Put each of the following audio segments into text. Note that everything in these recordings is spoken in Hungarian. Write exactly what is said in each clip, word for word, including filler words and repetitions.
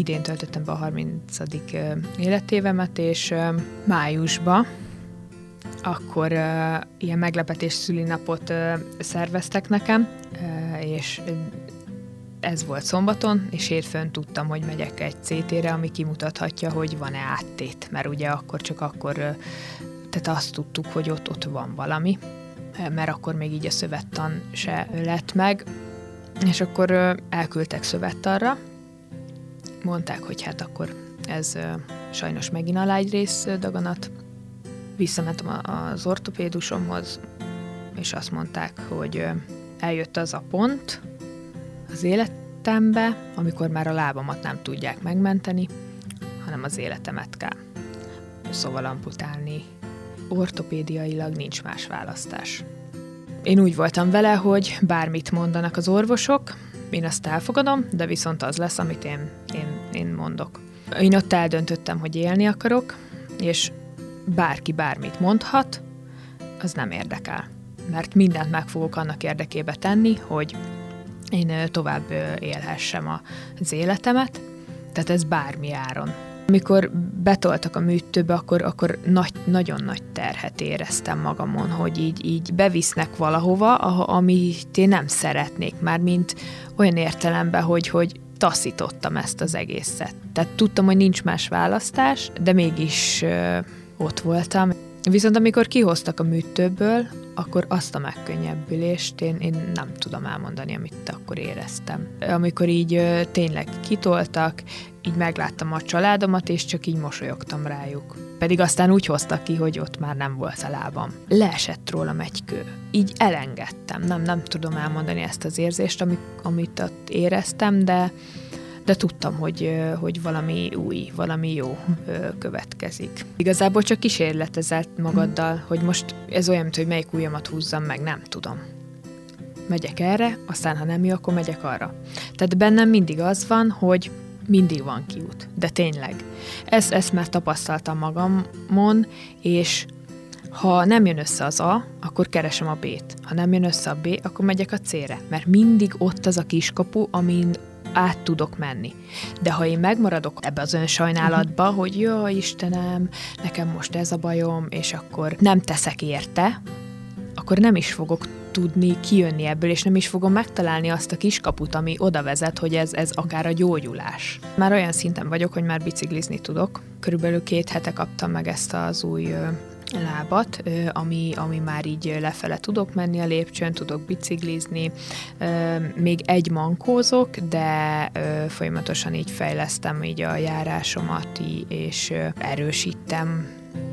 idén töltöttem be a harmincadik életévemet, és májusban akkor uh, ilyen meglepetés szülinapot uh, szerveztek nekem, uh, és ez volt szombaton, és hétfőn tudtam, hogy megyek egy cé té-re, ami kimutathatja, hogy van-e áttét, mert ugye akkor csak akkor, uh, tehát azt tudtuk, hogy ott, ott van valami, mert akkor még így a szövettan se lett meg, és akkor uh, elküldtek szövettanra, mondták, hogy hát akkor ez uh, sajnos megint alágyrész daganat. Visszamentem az ortopédusomhoz, és azt mondták, hogy eljött az a pont az életembe, amikor már a lábamat nem tudják megmenteni, hanem az életemet kell. Szóval amputálni. Ortopédiailag nincs más választás. Én úgy voltam vele, hogy bármit mondanak az orvosok, én azt elfogadom, de viszont az lesz, amit én, én, én mondok. Én ott eldöntöttem, hogy élni akarok, és bárki bármit mondhat, az nem érdekel. Mert mindent meg fogok annak érdekébe tenni, hogy én tovább élhessem az életemet, tehát ez bármi áron. Amikor betoltak a műtőbe, akkor, akkor nagy, nagyon nagy terhet éreztem magamon, hogy így, így bevisznek valahova, amit én nem szeretnék, már mint olyan értelemben, hogy, hogy taszítottam ezt az egészet. Tehát tudtam, hogy nincs más választás, de mégis ott voltam. Viszont amikor kihoztak a műtőből, akkor azt a megkönnyebbülést én, én nem tudom elmondani, amit akkor éreztem. Amikor így ö, tényleg kitoltak, így megláttam a családomat, és csak így mosolyogtam rájuk. Pedig aztán úgy hoztak ki, hogy ott már nem volt a lábam. Leesett rólam egy kő. Így elengedtem. Nem, nem tudom elmondani ezt az érzést, amit, amit ott éreztem, de de tudtam, hogy, hogy valami új, valami jó következik. Igazából csak kísérletezett magaddal, hogy most ez olyan, mint hogy melyik ujjamat húzzam meg, nem tudom. Megyek erre, aztán ha nem jó, akkor megyek arra. Tehát bennem mindig az van, hogy mindig van kiút. De tényleg. Ezt, ezt már tapasztaltam magamon, és ha nem jön össze az A, akkor keresem a B-t. Ha nem jön össze a B, akkor megyek a C-re. Mert mindig ott az a kiskapu, amin át tudok menni. De ha én megmaradok ebbe az önsajnálatba, uh-huh. hogy jó, Istenem, nekem most ez a bajom, és akkor nem teszek érte, akkor nem is fogok tudni kijönni ebből, és nem is fogom megtalálni azt a kiskaput, ami oda vezet, hogy ez, ez akár a gyógyulás. Már olyan szinten vagyok, hogy már biciklizni tudok. Körülbelül két hete kaptam meg ezt az új lábat, ami, ami már így lefele tudok menni a lépcsőn, tudok biciklizni. Még egy mankózok, de folyamatosan így fejlesztem így a járásomat, és erősítem.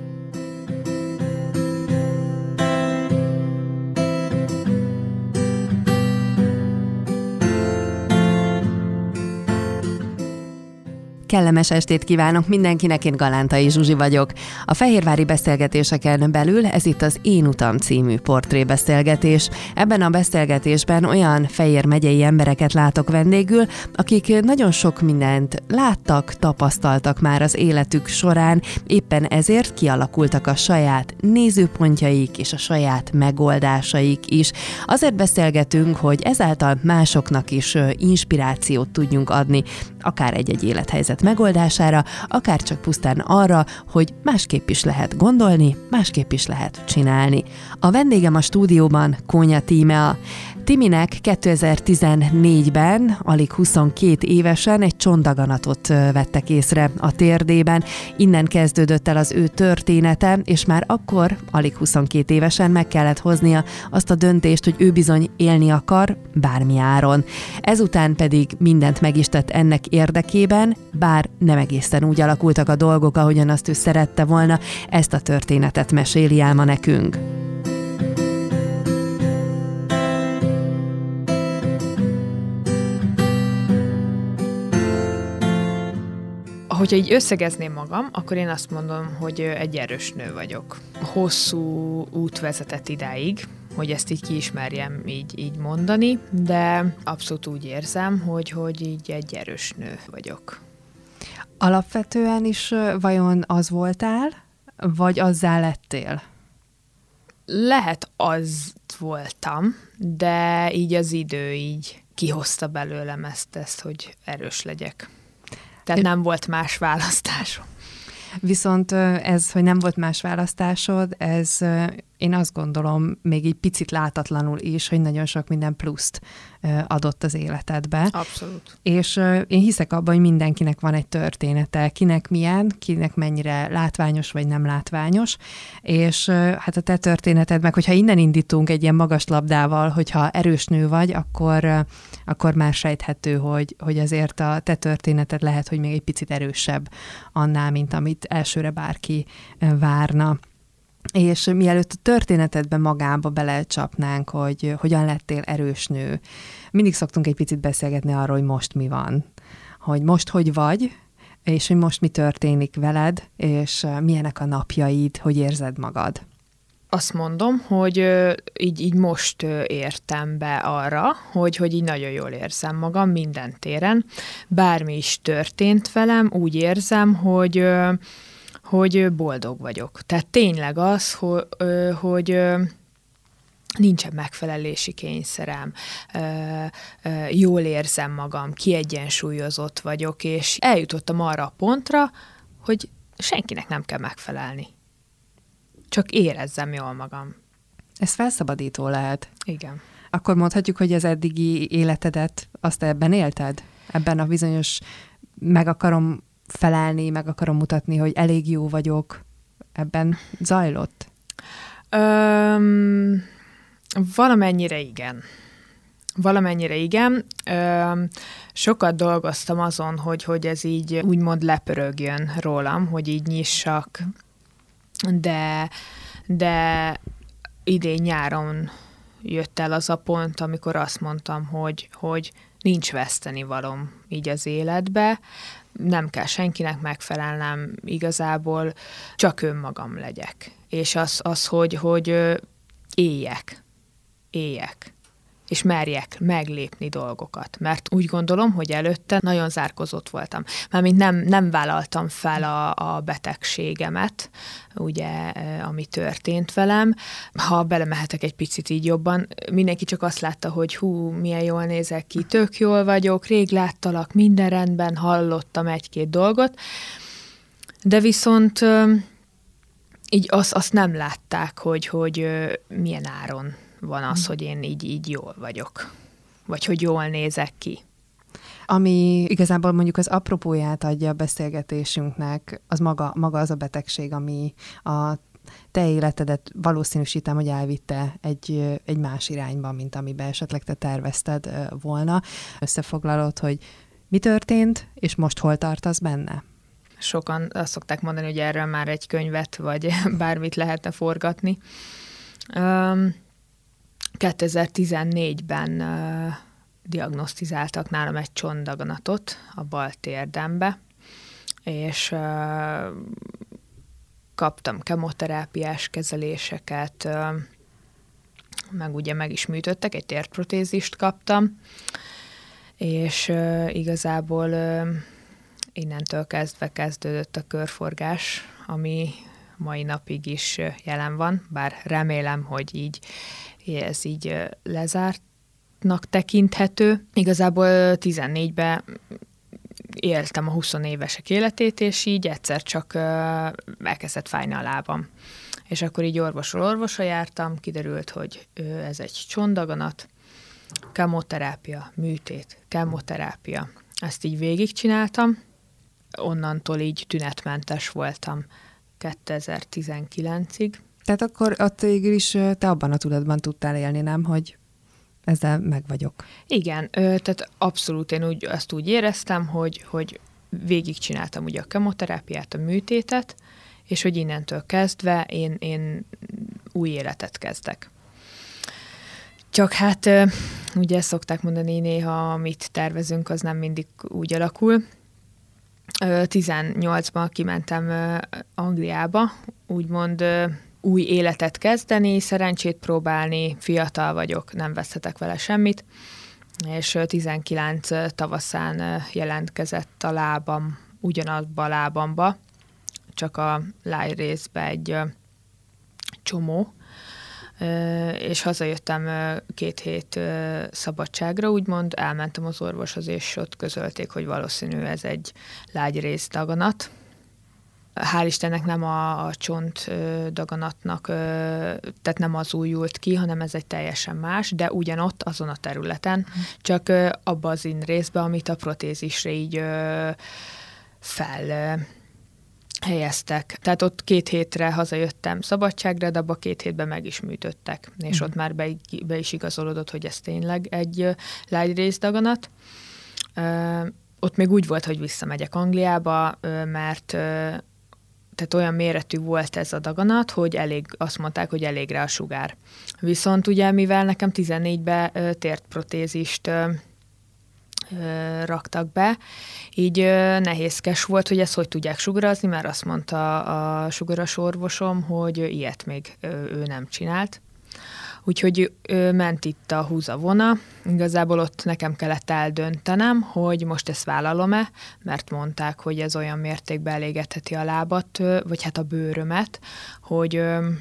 Kellemes estét kívánok mindenkinek, én Galántai Zsuzsi vagyok. A fehérvári beszélgetéseken belül ez itt az Én utam című portrébeszélgetés. Ebben a beszélgetésben olyan Fejér megyei embereket látok vendégül, akik nagyon sok mindent láttak, tapasztaltak már az életük során, éppen ezért kialakultak a saját nézőpontjaik és a saját megoldásaik is. Azért beszélgetünk, hogy ezáltal másoknak is inspirációt tudjunk adni, akár egy-egy élethelyzet megoldására, akár csak pusztán arra, hogy másképp is lehet gondolni, másképp is lehet csinálni. A vendégem a stúdióban Kónya Tímea. Timinek kétezer-tizennégyben, alig huszonkét évesen egy csontdaganatot vettek észre a térdében. Innen kezdődött el az ő története, és már akkor, alig huszonkét évesen meg kellett hoznia azt a döntést, hogy ő bizony élni akar bármi áron. Ezután pedig mindent meg is tett ennek érdekében, bár nem egészen úgy alakultak a dolgok, ahogyan azt ő szerette volna. Ezt a történetet meséli el ma nekünk. Hogyha így összegezném magam, akkor én azt mondom, hogy egy erős nő vagyok. Hosszú út vezetett idáig, hogy ezt így kiismerjem így, így mondani, de abszolút úgy érzem, hogy, hogy így egy erős nő vagyok. Alapvetően is vajon az voltál, vagy azzá lettél? Lehet az voltam, de így az idő így kihozta belőlem ezt, ezt hogy erős legyek. Tehát nem volt más választásom. Viszont ez, hogy nem volt más választásod, ez én azt gondolom még egy picit látatlanul is, hogy nagyon sok minden pluszt adott az életedbe. Abszolút. És én hiszek abban, hogy mindenkinek van egy története, kinek milyen, kinek mennyire látványos vagy nem látványos, és hát a te történeted, meg hogyha innen indítunk egy ilyen magas labdával, hogyha erős nő vagy, akkor, akkor már sejthető, hogy, hogy azért a te történeted lehet, hogy még egy picit erősebb annál, mint amit elsőre bárki várna. És mielőtt a történetedbe magába belecsapnánk, hogy hogyan lettél erős nő, mindig szoktunk egy picit beszélgetni arról, hogy most mi van. Hogy most hogy vagy, és hogy most mi történik veled, és milyenek a napjaid, hogy érzed magad. Azt mondom, hogy így, így most értem be arra, hogy, hogy így nagyon jól érzem magam minden téren. Bármi is történt velem, úgy érzem, hogy... hogy boldog vagyok. Tehát tényleg az, hogy, hogy nincsen megfelelési kényszerem, jól érzem magam, kiegyensúlyozott vagyok, és eljutottam arra a pontra, hogy senkinek nem kell megfelelni. Csak érezzem jól magam. Ez felszabadító lehet. Igen. Akkor mondhatjuk, hogy az eddigi életedet azt ebben élted? Ebben a bizonyos meg akarom felelni, meg akarom mutatni, hogy elég jó vagyok, ebben zajlott? Öm, valamennyire igen. Valamennyire igen. Öm, sokat dolgoztam azon, hogy, hogy ez így úgymond lepörögjön rólam, hogy így nyissak, de, de idén nyáron jött el az a pont, amikor azt mondtam, hogy, hogy nincs vesztenivalom így az életbe, nem kell senkinek megfelelnem, igazából csak önmagam legyek. És az, az hogy, hogy éljek, éljek, és merjek meglépni dolgokat. Mert úgy gondolom, hogy előtte nagyon zárkózott voltam. Mármint nem, nem vállaltam fel a, a betegségemet, ugye, ami történt velem. Ha belemehetek egy picit így jobban, mindenki csak azt látta, hogy hú, milyen jól nézek ki, tök jól vagyok, rég láttalak, minden rendben, hallottam egy-két dolgot, de viszont így azt, azt nem látták, hogy, hogy milyen áron van az, hogy én így, így jól vagyok, vagy hogy jól nézek ki. Ami igazából mondjuk az apropóját adja a beszélgetésünknek, az maga, maga az a betegség, ami a te életedet valószínűsítem, hogy elvitte egy, egy más irányba, mint amiben esetleg te tervezted volna. Összefoglalod, hogy mi történt, és most hol tartasz benne? Sokan azt szokták mondani, hogy erről már egy könyvet, vagy bármit lehetne forgatni. Um, kétezer-tizennégyben uh, diagnosztizáltak nálam egy csontdaganatot a bal térdembe, és uh, kaptam kemoterápiás kezeléseket, uh, meg ugye meg is műtöttek, egy térprotézist kaptam, és uh, igazából uh, innentől kezdve kezdődött a körforgás, ami mai napig is jelen van, bár remélem, hogy így ez így lezártnak tekinthető. Igazából tizennégyben éltem a huszonévesek életét, és így egyszer csak elkezdett fájni a lábam. És akkor így orvosról orvosra jártam, kiderült, hogy ez egy csontdaganat, kemoterápia, műtét, kemoterápia. Ezt így végigcsináltam, onnantól így tünetmentes voltam kétezer-tizenkilencig. Tehát akkor ott végül is te abban a tudatban tudtál élni, nem, hogy ezzel meg vagyok. Igen, tehát abszolút én úgy, azt úgy éreztem, hogy, hogy végigcsináltam ugye a kemoterápiát, a műtétet, és hogy innentől kezdve én, én új életet kezdek. Csak hát ugye szokták mondani néha, amit tervezünk, az nem mindig úgy alakul. tizennyolcban kimentem Angliába, úgymond új életet kezdeni, szerencsét próbálni, fiatal vagyok, nem veszhetek vele semmit, és tizenkilenc tavaszán jelentkezett a lábam, ugyanazba a lábamba, csak a lájrészbe egy csomó, és hazajöttem két hét szabadságra, úgymond elmentem az orvoshoz, és ott közölték, hogy valószínű ez egy lágyrész daganat. Hál' Istennek nem a, a csont daganatnak, tehát nem az újult ki, hanem ez egy teljesen más, de ugyanott, azon a területen, csak abba az inrészbe, amit a protézisre így fel helyeztek. Tehát ott két hétre hazajöttem szabadságra, de abba két hétben meg is műtöttek, és mm. ott már be, be is igazolódott, hogy ez tényleg egy lágyrész daganat. Ott még úgy volt, hogy visszamegyek Angliába, mert tehát olyan méretű volt ez a daganat, hogy elég, azt mondták, hogy elég rá a sugár. Viszont ugye, mivel nekem tizennégybe tértprotézist raktak be, így nehézkes volt, hogy ezt hogy tudják sugarazni, mert azt mondta a sugaras orvosom, hogy ilyet még ő nem csinált. Úgyhogy ment itt a húzavona. Igazából ott nekem kellett eldöntenem, hogy most ezt vállalom-e, mert mondták, hogy ez olyan mértékben elégetheti a lábat, vagy hát a bőrömet, hogy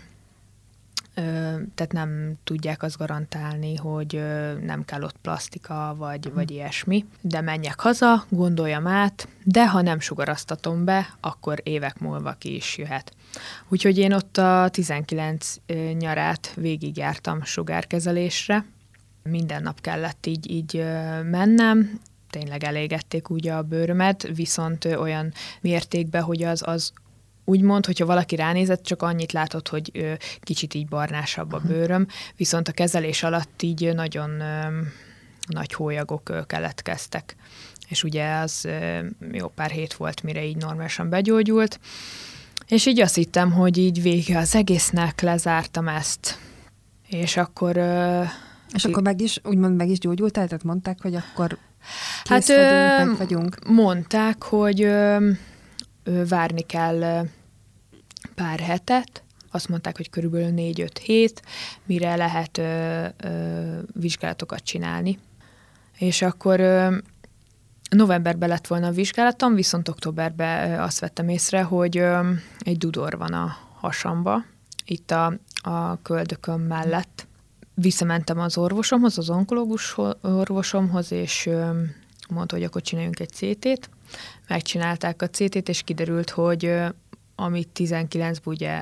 tehát nem tudják azt garantálni, hogy nem kell ott plasztika, vagy, vagy ilyesmi. De menjek haza, gondoljam át, de ha nem sugaraztatom be, akkor évek múlva ki is jöhet. Úgyhogy én ott a tizenkilenc nyarát végigjártam sugárkezelésre. Minden nap kellett így, így mennem, tényleg elégették ugye a bőrömet, viszont olyan mértékben, hogy az, az úgymond, hogyha valaki ránézett, csak annyit látott, hogy ö, kicsit így barnásabb a bőröm, viszont a kezelés alatt így nagyon ö, nagy hólyagok ö, keletkeztek. És ugye az ö, jó pár hét volt, mire így normálisan begyógyult. És így azt hittem, hogy így vége az egésznek, lezártam ezt. És akkor... Ö, és akkor meg is, úgymond meg is gyógyultál? Tehát mondták, hogy akkor kész hát, vagyunk, meg vagyunk? Mondták, hogy... Ö, várni kell pár hetet, azt mondták, hogy körülbelül négy-öt hét, mire lehet ö, ö, vizsgálatokat csinálni. És akkor ö, novemberben lett volna a vizsgálatom, viszont októberben ö, azt vettem észre, hogy ö, egy dudor van a hasamba, itt a, a köldökön mellett. Visszamentem az orvosomhoz, az onkológus orvosomhoz, és ö, mondta, hogy akkor csináljunk egy cé tét. Megcsinálták a cé tét, és kiderült, hogy amit tizenkilencben ugye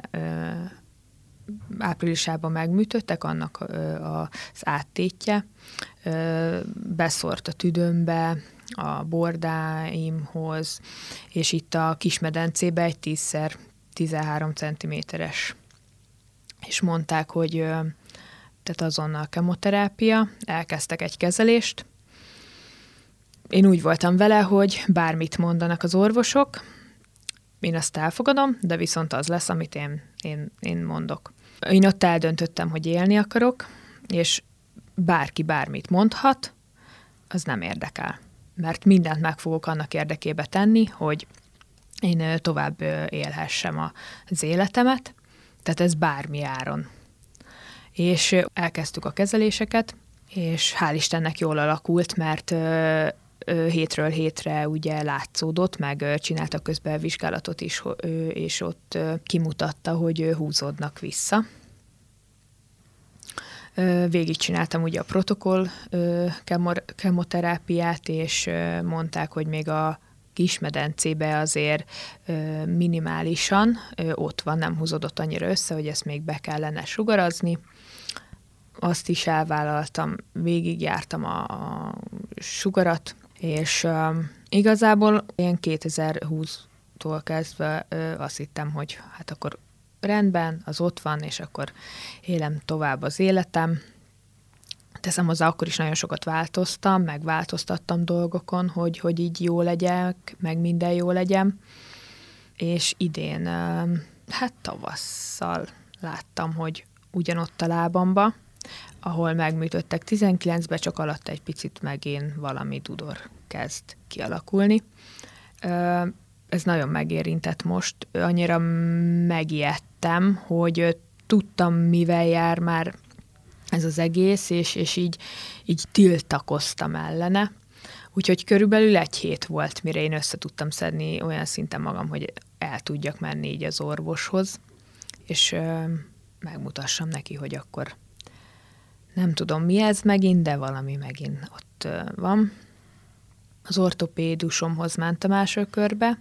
áprilisában megműtöttek, annak az áttétje beszórt a tüdőmbe, a bordáimhoz, és itt a kismedencébe egy tízszer tizenhárom centiméteres. És mondták, hogy tehát azonnal kemoterápia, elkezdtek egy kezelést. Én úgy voltam vele, hogy bármit mondanak az orvosok, én azt elfogadom, de viszont az lesz, amit én, én, én mondok. Én ott eldöntöttem, hogy élni akarok, és bárki bármit mondhat, az nem érdekel. Mert mindent meg fogok annak érdekébe tenni, hogy én tovább élhessem az életemet, tehát ez bármi áron. És elkezdtük a kezeléseket, és hál' Istennek jól alakult, mert hétről hétre ugye látszódott, meg csináltak közben vizsgálatot is, és ott kimutatta, hogy húzódnak vissza. Végig csináltam ugye a protokoll kemoterápiát, és mondták, hogy még a kismedencébe azért minimálisan ott van, nem húzódott annyira össze, hogy ezt még be kellene sugarazni. Azt is elvállaltam, végigjártam a, a sugarat, és um, igazából ilyen kétezer-húsztól kezdve uh, azt hittem, hogy hát akkor rendben, az ott van, és akkor élem tovább az életem. Teszem hozzá, akkor is nagyon sokat változtam, meg változtattam dolgokon, hogy, hogy így jó legyek, meg minden jó legyen. És idén, uh, hát tavasszal láttam, hogy ugyanott a lábamba, ahol megműtöttek tizenkilencben, csak alatt egy picit megint valami dudor kezd kialakulni. Ez nagyon megérintett most. Annyira megijedtem, hogy tudtam, mivel jár már ez az egész, és, és így, így tiltakoztam ellene. Úgyhogy körülbelül egy hét volt, mire én össze tudtam szedni olyan szinten magam, hogy el tudjak menni így az orvoshoz. És megmutassam neki, hogy akkor nem tudom mi ez megint, de valami megint ott van. Az ortopédusomhoz mentem első körbe,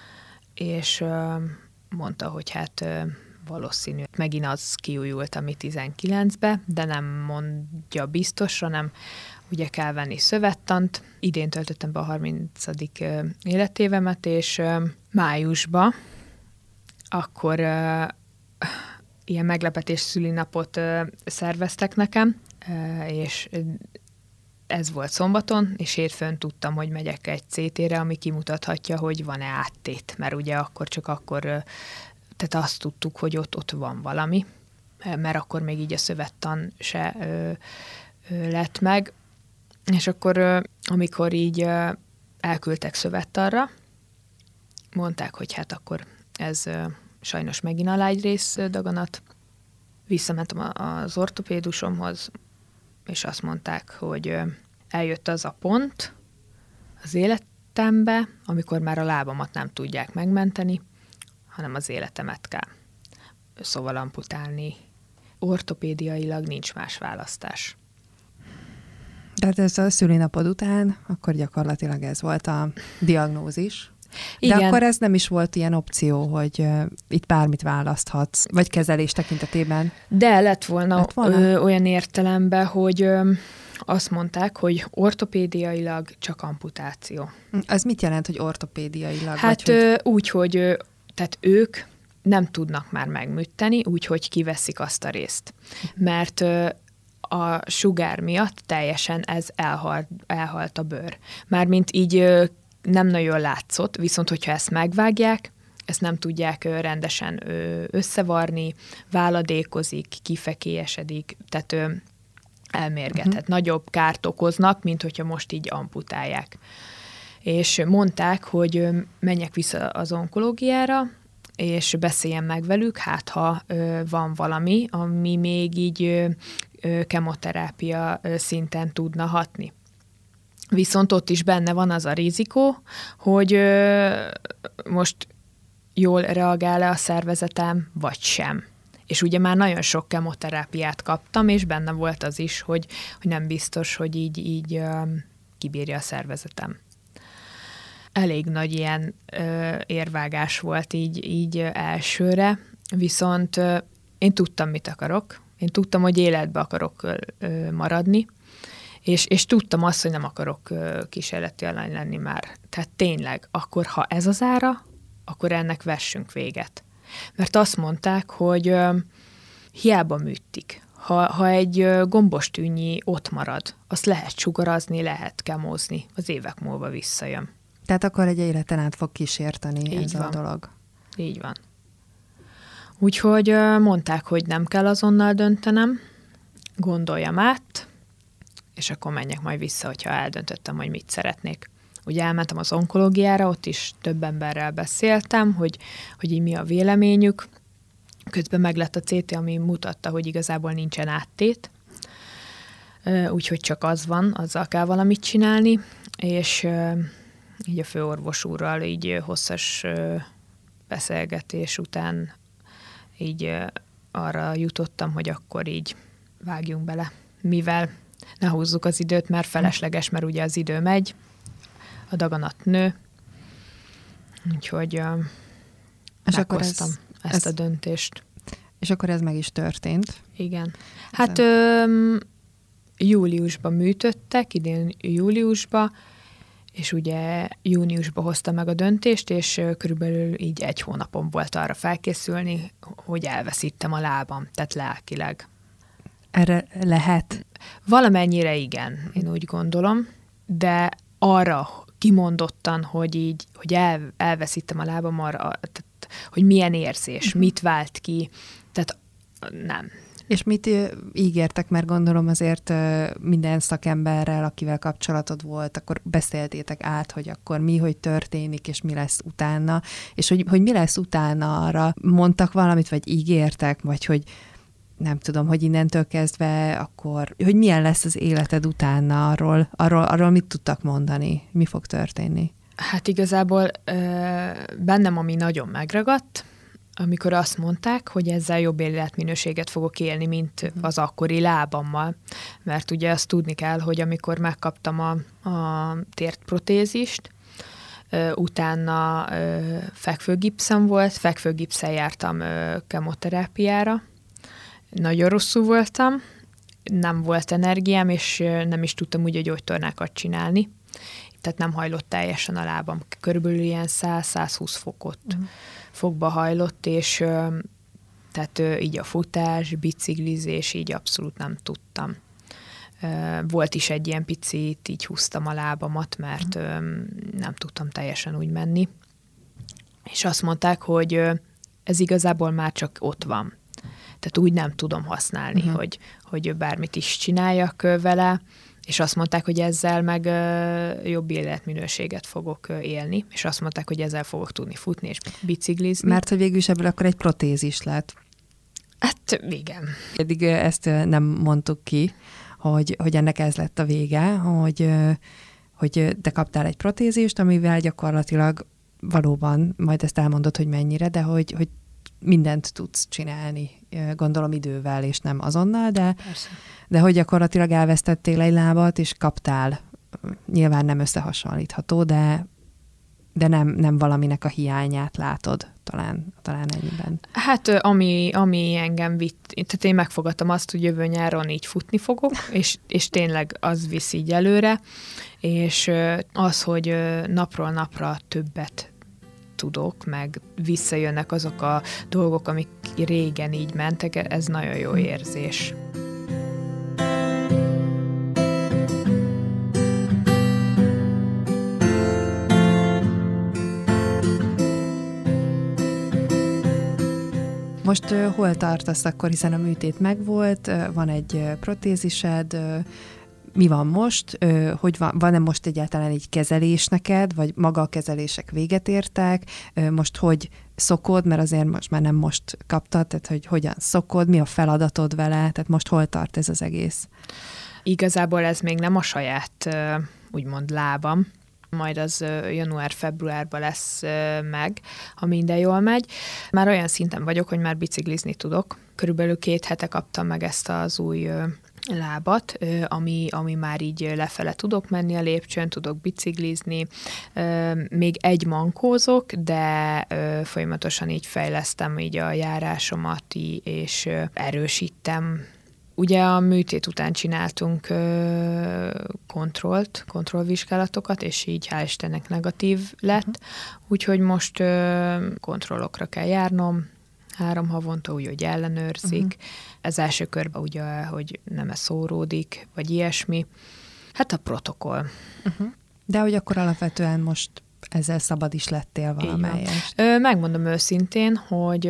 és mondta, hogy hát valószínű, megint az kiújult, ami tizenkilencbe, de nem mondja biztosra, nem ugye kell venni szövettant. Idén töltöttem be a harmincadik életévemet, és májusba akkor ilyen meglepetés szülinapot szerveztek nekem, és ez volt szombaton, és hétfőn tudtam, hogy megyek egy cé té-re, ami kimutathatja, hogy van-e áttét, mert ugye akkor csak akkor, tehát azt tudtuk, hogy ott, ott van valami, mert akkor még így a szövettan se ö, ö, lett meg, és akkor ö, amikor így ö, elküldtek szövettanra, mondták, hogy hát akkor ez ö, sajnos megint a lágyrész daganat. Visszamentem az ortopédusomhoz, és azt mondták, hogy eljött az a pont az életembe, amikor már a lábamat nem tudják megmenteni, hanem az életemet kell. Szóval amputálni. Ortopédiailag nincs más választás. Tehát ez a szülinapod után, akkor gyakorlatilag ez volt a diagnózis. De Igen. akkor ez nem is volt ilyen opció, hogy uh, itt bármit választhatsz, vagy kezelés tekintetében. De lett volna, lett volna? Ö, olyan értelemben, hogy ö, azt mondták, hogy ortopédiailag csak amputáció. Az mit jelent, hogy ortopédiailag? Hát vagy, ö, hogy... úgy, hogy ö, tehát ők nem tudnak már megműteni, úgyhogy kiveszik azt a részt. Mert ö, a sugár miatt teljesen ez elhalt, elhalt a bőr. Mármint így ö, nem nagyon látszott, viszont hogyha ezt megvágják, ezt nem tudják rendesen összevarni, váladékozik, kifekélyesedik, tehát elmérgethet. Uh-huh. Nagyobb kárt okoznak, mint hogyha most így amputálják. És mondták, hogy menjek vissza az onkológiára, és beszéljem meg velük, hát ha van valami, ami még így kemoterápia szinten tudna hatni. Viszont ott is benne van az a rizikó, hogy ö, most jól reagál-e a szervezetem, vagy sem. És ugye már nagyon sok kemoterápiát kaptam, és benne volt az is, hogy, hogy nem biztos, hogy így, így ö, kibírja a szervezetem. Elég nagy ilyen ö, érvágás volt így, így elsőre, viszont ö, én tudtam, mit akarok. Én tudtam, hogy életbe akarok ö, maradni, És, és tudtam azt, hogy nem akarok kísérleti alany lenni már. Tehát tényleg, akkor ha ez az ára, akkor ennek vessünk véget. Mert azt mondták, hogy uh, hiába műtik. Ha, ha egy uh, gombostűnyi ott marad, azt lehet sugarazni, lehet kemózni, az évek múlva visszajön. Tehát akkor egy életen át fog kísérteni Így ez van. a dolog. Így van. Úgyhogy uh, mondták, hogy nem kell azonnal döntenem, gondoljam át, és akkor menjek majd vissza, hogyha eldöntöttem, hogy mit szeretnék. Ugye elmentem az onkológiára, ott is több emberrel beszéltem, hogy, hogy így mi a véleményük. Közben meglett a cé té, ami mutatta, hogy igazából nincsen áttét, úgyhogy csak az van, azzal kell valamit csinálni, és így a főorvos úrral így hosszas beszélgetés után így arra jutottam, hogy akkor így vágjunk bele, mivel ne húzzuk az időt, mert felesleges, mert ugye az idő megy, a daganat nő, úgyhogy uh, és akkor ez, ezt ez, a döntést. És akkor ez meg is történt. Igen. Hát ö, júliusban műtöttek, idén júliusban, és ugye júniusban hozta meg a döntést, és körülbelül így egy hónapon volt arra felkészülni, hogy elveszítem a lábam, tehát lelkileg. Erre lehet? Valamennyire igen, én úgy gondolom, de arra kimondottan, hogy így, hogy el, elveszítem a lábam, arra, tehát, hogy milyen érzés, uh-huh. mit vált ki, tehát nem. És mit ígértek, mert gondolom azért minden szakemberrel, akivel kapcsolatod volt, akkor beszéltétek át, hogy akkor mi, hogy történik, és mi lesz utána, és hogy, hogy mi lesz utána, arra mondtak valamit, vagy ígértek, vagy hogy nem tudom, hogy innentől kezdve akkor, hogy milyen lesz az életed utána, arról, arról, arról mit tudtak mondani, mi fog történni? Hát igazából bennem, ami nagyon megragadt, amikor azt mondták, hogy ezzel jobb életminőséget fogok élni, mint az akkori lábammal. Mert ugye azt tudni kell, hogy amikor megkaptam a, a térprotézist, utána fekvőgipszem volt, fekvőgipszel jártam kemoterápiára. Nagyon rosszul voltam, nem volt energiám, és nem is tudtam úgy a gyógytornákat csinálni. Tehát nem hajlott teljesen a lábam. Körülbelül ilyen száz-százhúsz fokot mm. fokba hajlott, és tehát így a futás, biciklizés, így abszolút nem tudtam. Volt is egy ilyen picit, így húztam a lábamat, mert mm. nem tudtam teljesen úgy menni. És azt mondták, hogy ez igazából már csak ott van. Tehát úgy nem tudom használni, uh-huh. hogy, hogy bármit is csináljak vele, és azt mondták, hogy ezzel meg uh, jobb életminőséget fogok uh, élni, és azt mondták, hogy ezzel fogok tudni futni és biciklizni. Mert hogy végül is ebből akkor egy protézis lett. Hát igen. Eddig ezt nem mondtuk ki, hogy, hogy ennek ez lett a vége, hogy, hogy te kaptál egy protézist, amivel gyakorlatilag valóban, majd ezt elmondod, hogy mennyire, de hogy, hogy mindent tudsz csinálni, gondolom idővel, és nem azonnal, de, de hogy gyakorlatilag elvesztettél egy lábat, és kaptál, nyilván nem összehasonlítható, de, de nem, nem valaminek a hiányát látod, talán, talán ennyiben. Hát ami, ami engem vitt, tehát én megfogadtam azt, hogy jövő nyáron így futni fogok, és, és tényleg az visz így előre, és az, hogy napról napra többet tudok, meg visszajönnek azok a dolgok, amik régen így mentek, ez nagyon jó érzés. Most uh, hol tartasz akkor, hiszen a műtét megvolt, uh, van egy uh, protézised, uh, mi van most? Hogy van, van-e most egyáltalán egy kezelés neked, vagy maga a kezelések véget értek? Most hogy szokod, mert azért most már nem most kaptad, tehát hogy hogyan szokod, mi a feladatod vele, tehát most hol tart ez az egész? Igazából ez még nem a saját, úgymond lábam, majd az január-februárban lesz meg, ha minden jól megy. Már olyan szinten vagyok, hogy már biciklizni tudok. Körülbelül két hete kaptam meg ezt az új lábat, ami, ami már így lefele tudok menni a lépcsőn, tudok biciklizni. Még egy mankózok, de folyamatosan így fejlesztem így a járásomat, és erősítem. Ugye a műtét után csináltunk kontrollt, kontrollvizsgálatokat, és így hál' Istennek negatív lett, uh-huh. úgyhogy most kontrollokra kell járnom, három havonta, úgy, hogy ellenőrzik. Uh-huh. Ez első körben ugye, hogy nem ez szóródik, vagy ilyesmi. Hát a protokoll. Uh-huh. De hogy akkor alapvetően most ezzel szabad is lettél valamelyest. Megmondom őszintén, hogy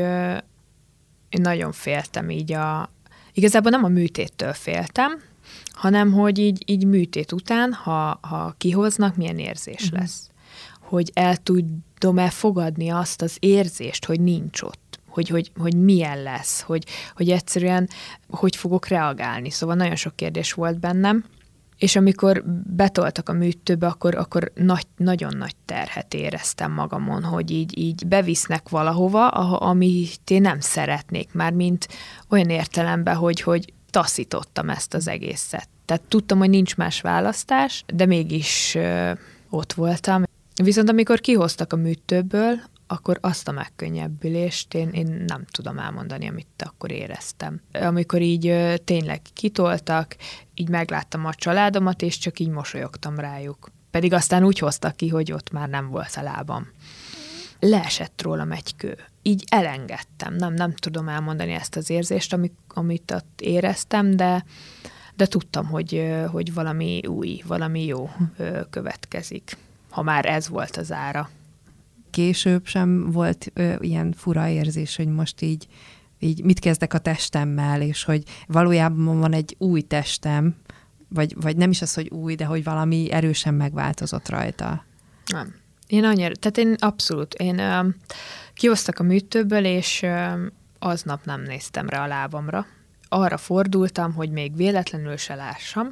én nagyon féltem így a... Igazából nem a műtéttől féltem, hanem hogy így, így műtét után, ha, ha kihoznak, milyen érzés uh-huh. lesz. Hogy el tudom-e fogadni azt az érzést, hogy nincs ott. Hogy, hogy, hogy milyen lesz, hogy, hogy egyszerűen hogy fogok reagálni. Szóval nagyon sok kérdés volt bennem, és amikor betoltak a műtőbe, akkor, akkor nagy, nagyon nagy terhet éreztem magamon, hogy így, így bevisznek valahova, amit én nem szeretnék már, mint olyan értelemben, hogy, hogy taszítottam ezt az egészet. Tehát tudtam, hogy nincs más választás, de mégis ö, ott voltam. Viszont amikor kihoztak a műtőből, akkor azt a megkönnyebbülést én, én nem tudom elmondani, amit akkor éreztem. Amikor így ö, tényleg kitoltak, így megláttam a családomat, és csak így mosolyogtam rájuk. Pedig aztán úgy hoztak ki, hogy ott már nem volt a lábam. Leesett rólam egy kő. Így elengedtem. Nem, nem tudom elmondani ezt az érzést, amit, amit ott éreztem, de, de tudtam, hogy, hogy valami új, valami jó következik. Ha már ez volt az ára. Később sem volt ö, ilyen fura érzés, hogy most így, így mit kezdek a testemmel, és hogy valójában van egy új testem, vagy, vagy nem is az, hogy új, de hogy valami erősen megváltozott rajta. Nem. Én annyira, tehát én abszolút, én ö, kihoztak a műtőből, és ö, aznap nem néztem rá a lábamra. Arra fordultam, hogy még véletlenül se lássam,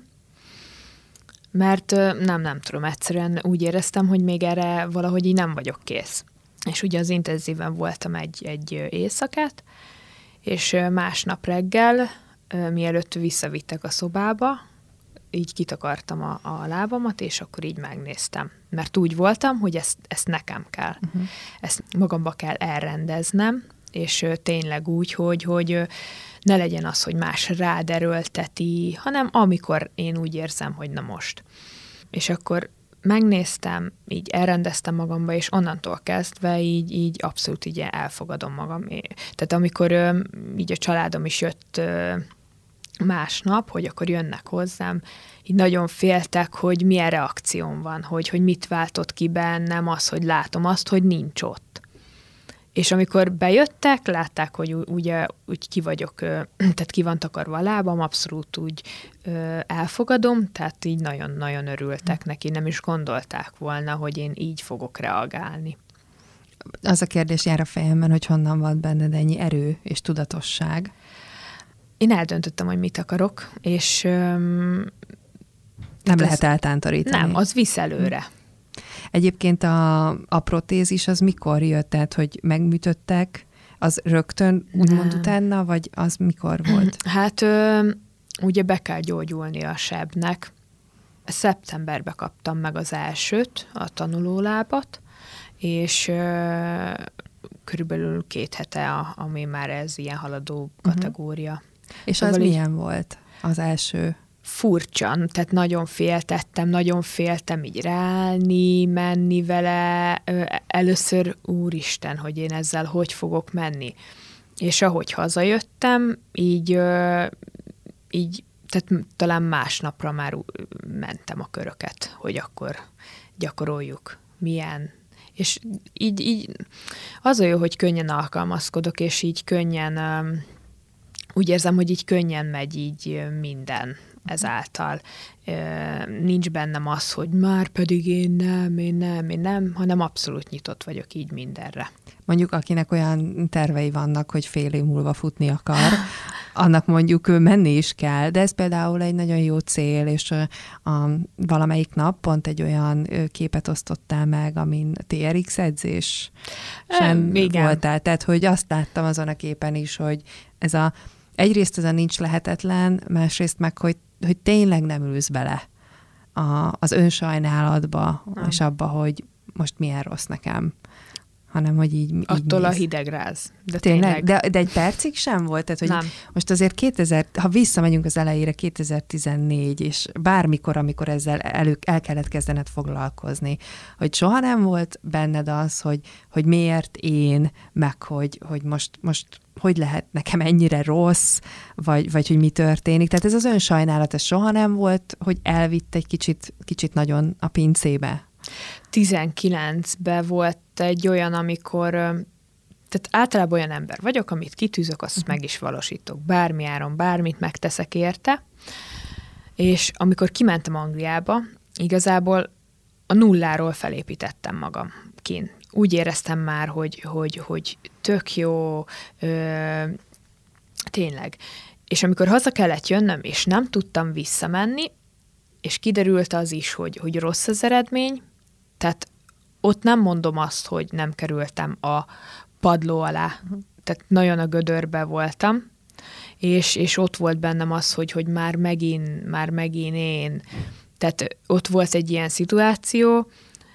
mert ö, nem, nem tudom, egyszerűen úgy éreztem, hogy még erre valahogy így nem vagyok kész. és ugye az intenzíven voltam egy, egy éjszakát, és másnap reggel, mielőtt visszavittek a szobába, így kitakartam a, a lábamat, és akkor így megnéztem. Mert úgy voltam, hogy ezt, ezt nekem kell. Uh-huh. Ezt magamba kell elrendeznem, és tényleg úgy, hogy, hogy ne legyen az, hogy más rád erőlteti, hanem amikor én úgy érzem, hogy na most. És akkor megnéztem, így elrendeztem magamba, és onnantól kezdve így, így abszolút így elfogadom magam. Tehát amikor így a családom is jött másnap, hogy akkor jönnek hozzám, így nagyon féltek, hogy milyen reakcióm van, hogy, hogy mit váltott ki bennem az, hogy látom azt, hogy nincs ott. És amikor bejöttek, látták, hogy ugye úgy ki vagyok, tehát ki van takarva a lábam, abszolút úgy elfogadom, tehát így nagyon-nagyon örültek neki, nem is gondolták volna, hogy én így fogok reagálni. Az a kérdés jár a fejemben, hogy honnan van benned ennyi erő és tudatosság? Én eldöntöttem, hogy mit akarok, és öm, nem lehet eltántorítani. Nem, az visz előre. Egyébként a, a protézis az mikor jött? Tehát, hogy megműtöttek, az rögtön úgymond utána, vagy az mikor volt? Hát ö, ugye be kell gyógyulni a sebnek. Szeptemberben kaptam meg az elsőt, a tanulólábat, és ö, körülbelül két hete, a, ami már ez ilyen haladó kategória. Uh-huh. És az milyen volt az első? Furcsan, tehát nagyon féltettem, nagyon féltem így ráállni, menni vele. Először úristen, hogy én ezzel hogy fogok menni. És ahogy hazajöttem, így, így tehát talán másnapra már mentem a köröket, hogy akkor gyakoroljuk, milyen. És így, így az a jó, hogy könnyen alkalmazkodok, és így könnyen, úgy érzem, hogy így könnyen megy így minden ezáltal. Nincs bennem az, hogy már pedig én nem, én nem, én nem, hanem abszolút nyitott vagyok így mindenre. Mondjuk akinek olyan tervei vannak, hogy fél év múlva futni akar, annak mondjuk menni is kell, de ez például egy nagyon jó cél, és a, a, valamelyik nap pont egy olyan képet osztottál meg, amin té er iksz edzés sem voltál. Tehát, hogy azt láttam azon a képen is, hogy ez a egyrészt ez a nincs lehetetlen, másrészt meg, hogy, hogy tényleg nem ülsz bele a, az önsajnálatba, nem. És abba, hogy most milyen rossz nekem, hanem, hogy így, így attól néz. A hidegráz. De tényleg? tényleg. De, de egy percig sem volt? Tehát, hogy nem. Most azért kétezer, ha visszamegyünk az elejére, kétezer-tizennégy, és bármikor, amikor ezzel elő, el kellett kezdened foglalkozni, hogy soha nem volt benned az, hogy, hogy miért én, meg hogy, hogy most, most hogy lehet nekem ennyire rossz, vagy, vagy hogy mi történik. Tehát ez az önsajnálat, ez soha nem volt, hogy elvitt egy kicsit, kicsit nagyon a pincébe? tizenkilencben volt egy olyan, amikor, tehát általában olyan ember vagyok, amit kitűzök, azt uh-huh. meg is valósítok. Bármi áron, bármit megteszek érte. És amikor kimentem Angliába, igazából a nulláról felépítettem magam kint. Úgy éreztem már, hogy, hogy, hogy tök jó, ö, tényleg. És amikor haza kellett jönnöm, és nem tudtam visszamenni, és kiderült az is, hogy, hogy rossz az eredmény, tehát ott nem mondom azt, hogy nem kerültem a padló alá. Uh-huh. Tehát nagyon a gödörbe voltam, és, és ott volt bennem az, hogy, hogy már megint, már megint én. Tehát ott volt egy ilyen szituáció,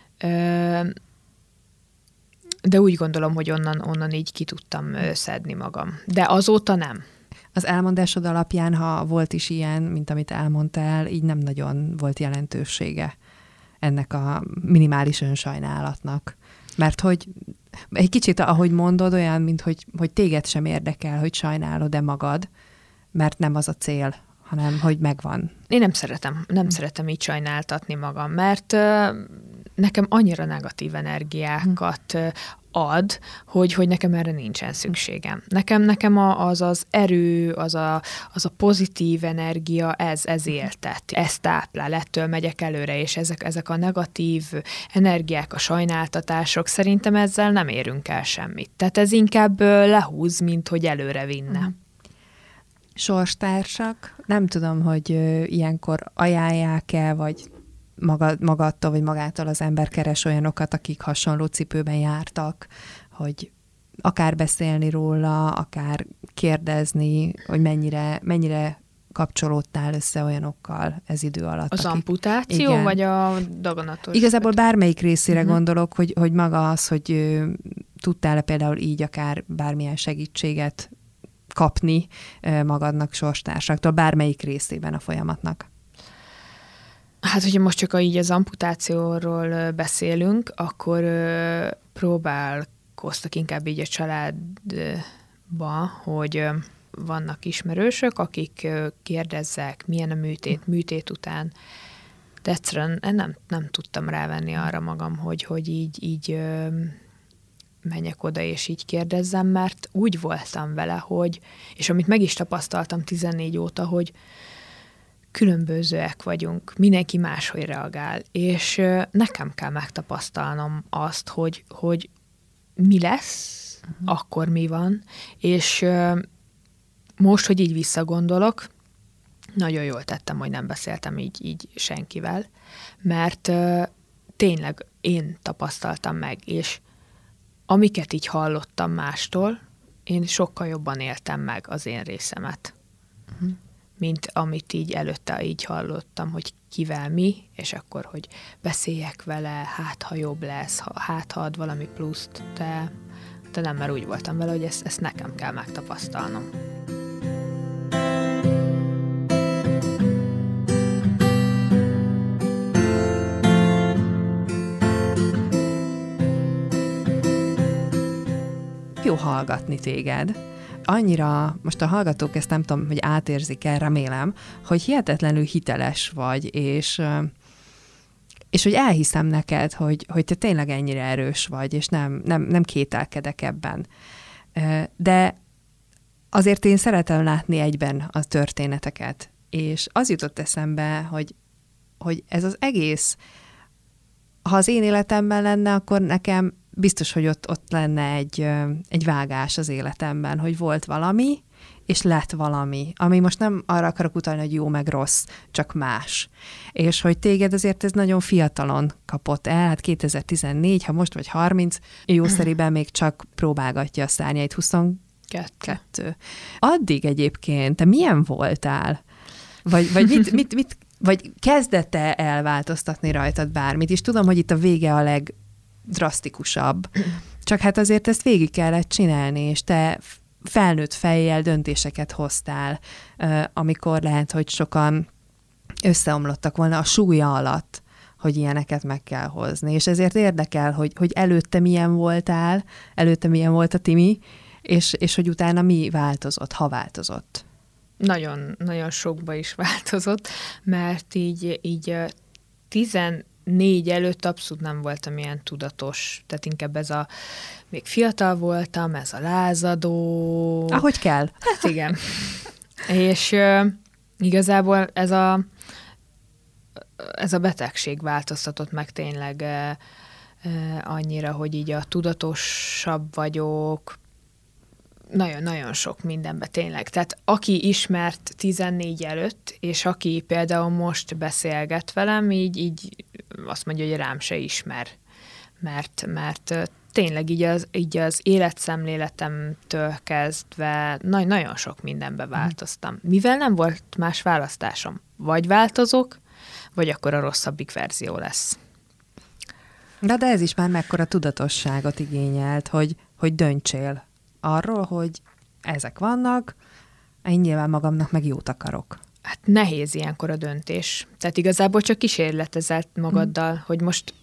de úgy gondolom, hogy onnan, onnan így ki tudtam szedni magam. De azóta nem. Az elmondásod alapján, ha volt is ilyen, mint amit elmondtál, így nem nagyon volt jelentősége ennek a minimális önsajnálatnak. Mert hogy egy kicsit, ahogy mondod, olyan, mint hogy, hogy téged sem érdekel, hogy sajnálod-e magad, mert nem az a cél, hanem hogy megvan. Én nem szeretem, nem hm. szeretem így sajnáltatni magam, mert uh, nekem annyira negatív energiákat hm. ad, hogy, hogy nekem erre nincsen szükségem. Nekem, nekem az az erő, az a, az a pozitív energia, ez, ez éltet. Ez táplál, ettől megyek előre, és ezek, ezek a negatív energiák, a sajnáltatások, szerintem ezzel nem érünk el semmit. Tehát ez inkább lehúz, mint hogy előre vinne. Mm. Sorstársak, nem tudom, hogy ilyenkor ajánlják-e, vagy maga, magadtól, vagy magától az ember keres olyanokat, akik hasonló cipőben jártak, hogy akár beszélni róla, akár kérdezni, hogy mennyire, mennyire kapcsolódtál össze olyanokkal ez idő alatt. Az akik, amputáció, igen. vagy a daganatos? Igazából bármelyik részére uh-huh. gondolok, hogy, hogy maga az, hogy ö, tudtál-e például így akár bármilyen segítséget kapni ö, magadnak, sorstársaktól, bármelyik részében a folyamatnak. Hát, hogyha most csak a, így az amputációról beszélünk, akkor ö, próbálkoztak inkább így a családba, hogy ö, vannak ismerősök, akik ö, kérdezzek, milyen a műtét, műtét után. De egyszerűen nem, nem tudtam rávenni arra magam, hogy, hogy így, így ö, menjek oda, és így kérdezzem, mert úgy voltam vele, hogy, és amit meg is tapasztaltam tizennégy óta, hogy különbözőek vagyunk, mindenki máshogy reagál, és ö, nekem kell megtapasztalnom azt, hogy, hogy mi lesz, uh-huh. akkor mi van, és ö, most, hogy így visszagondolok, nagyon jól tettem, hogy nem beszéltem így, így senkivel, mert ö, tényleg én tapasztaltam meg, és amiket így hallottam mástól, én sokkal jobban éltem meg az én részemet, uh-huh. mint amit így előtte így hallottam, hogy kivel mi, és akkor, hogy beszéljek vele, hát ha jobb lesz, ha, hát ha ad valami pluszt, de, de nem, mert úgy voltam vele, hogy ezt, ezt nekem kell megtapasztalnom. Jó hallgatni téged. Annyira, most a hallgatók ezt nem tudom, hogy átérzik el, remélem, hogy hihetetlenül hiteles vagy, és, és hogy elhiszem neked, hogy, hogy te tényleg ennyire erős vagy, és nem, nem, nem kételkedek ebben. De azért én szeretem látni egyben a történeteket, és az jutott eszembe, hogy, hogy ez az egész, ha az én életemben lenne, akkor nekem biztos, hogy ott, ott lenne egy, egy vágás az életemben, hogy volt valami, és lett valami, ami most nem arra akarok utalni, hogy jó meg rossz, csak más. És hogy téged azért ez nagyon fiatalon kapott el, hát kétezer-tizennégy, ha most vagy harminc, jószeriben még csak próbálgatja a szárnyait, huszonkettő. Addig egyébként te milyen voltál? Vagy, vagy mit, mit, mit, vagy kezdett-e elváltoztatni rajtad bármit? És tudom, hogy itt a vége a leg drasztikusabb. Csak hát azért ezt végig kellett csinálni, és te felnőtt fejjel döntéseket hoztál, amikor lehet, hogy sokan összeomlottak volna a súlya alatt, hogy ilyeneket meg kell hozni. És ezért érdekel, hogy, hogy előtte milyen voltál, előtte milyen volt a Timi, és, és hogy utána mi változott, ha változott. Nagyon, nagyon sokba is változott, mert így, így tizennégy előtt abszolút nem voltam ilyen tudatos, tehát inkább ez a, még fiatal voltam, ez a lázadó. Ahogy kell. Hát igen. És uh, igazából ez a, ez a betegség változtatott meg tényleg uh, uh, annyira, hogy így a tudatosabb vagyok, nagyon-nagyon sok mindenben tényleg. Tehát aki ismert tizennégy előtt, és aki például most beszélget velem, így, így azt mondja, hogy rám se ismer. Mert, mert tényleg így az, így az életszemléletemtől kezdve na- nagyon sok mindenbe változtam. Mivel nem volt más választásom. Vagy változok, vagy akkor a rosszabbik verzió lesz. De, de ez is már mekkora tudatosságot igényelt, hogy, hogy döntsél arról, hogy ezek vannak, én nyilván magamnak meg jót akarok. Hát nehéz ilyenkor a döntés. Tehát igazából csak kísérletezel magaddal, mm. hogy most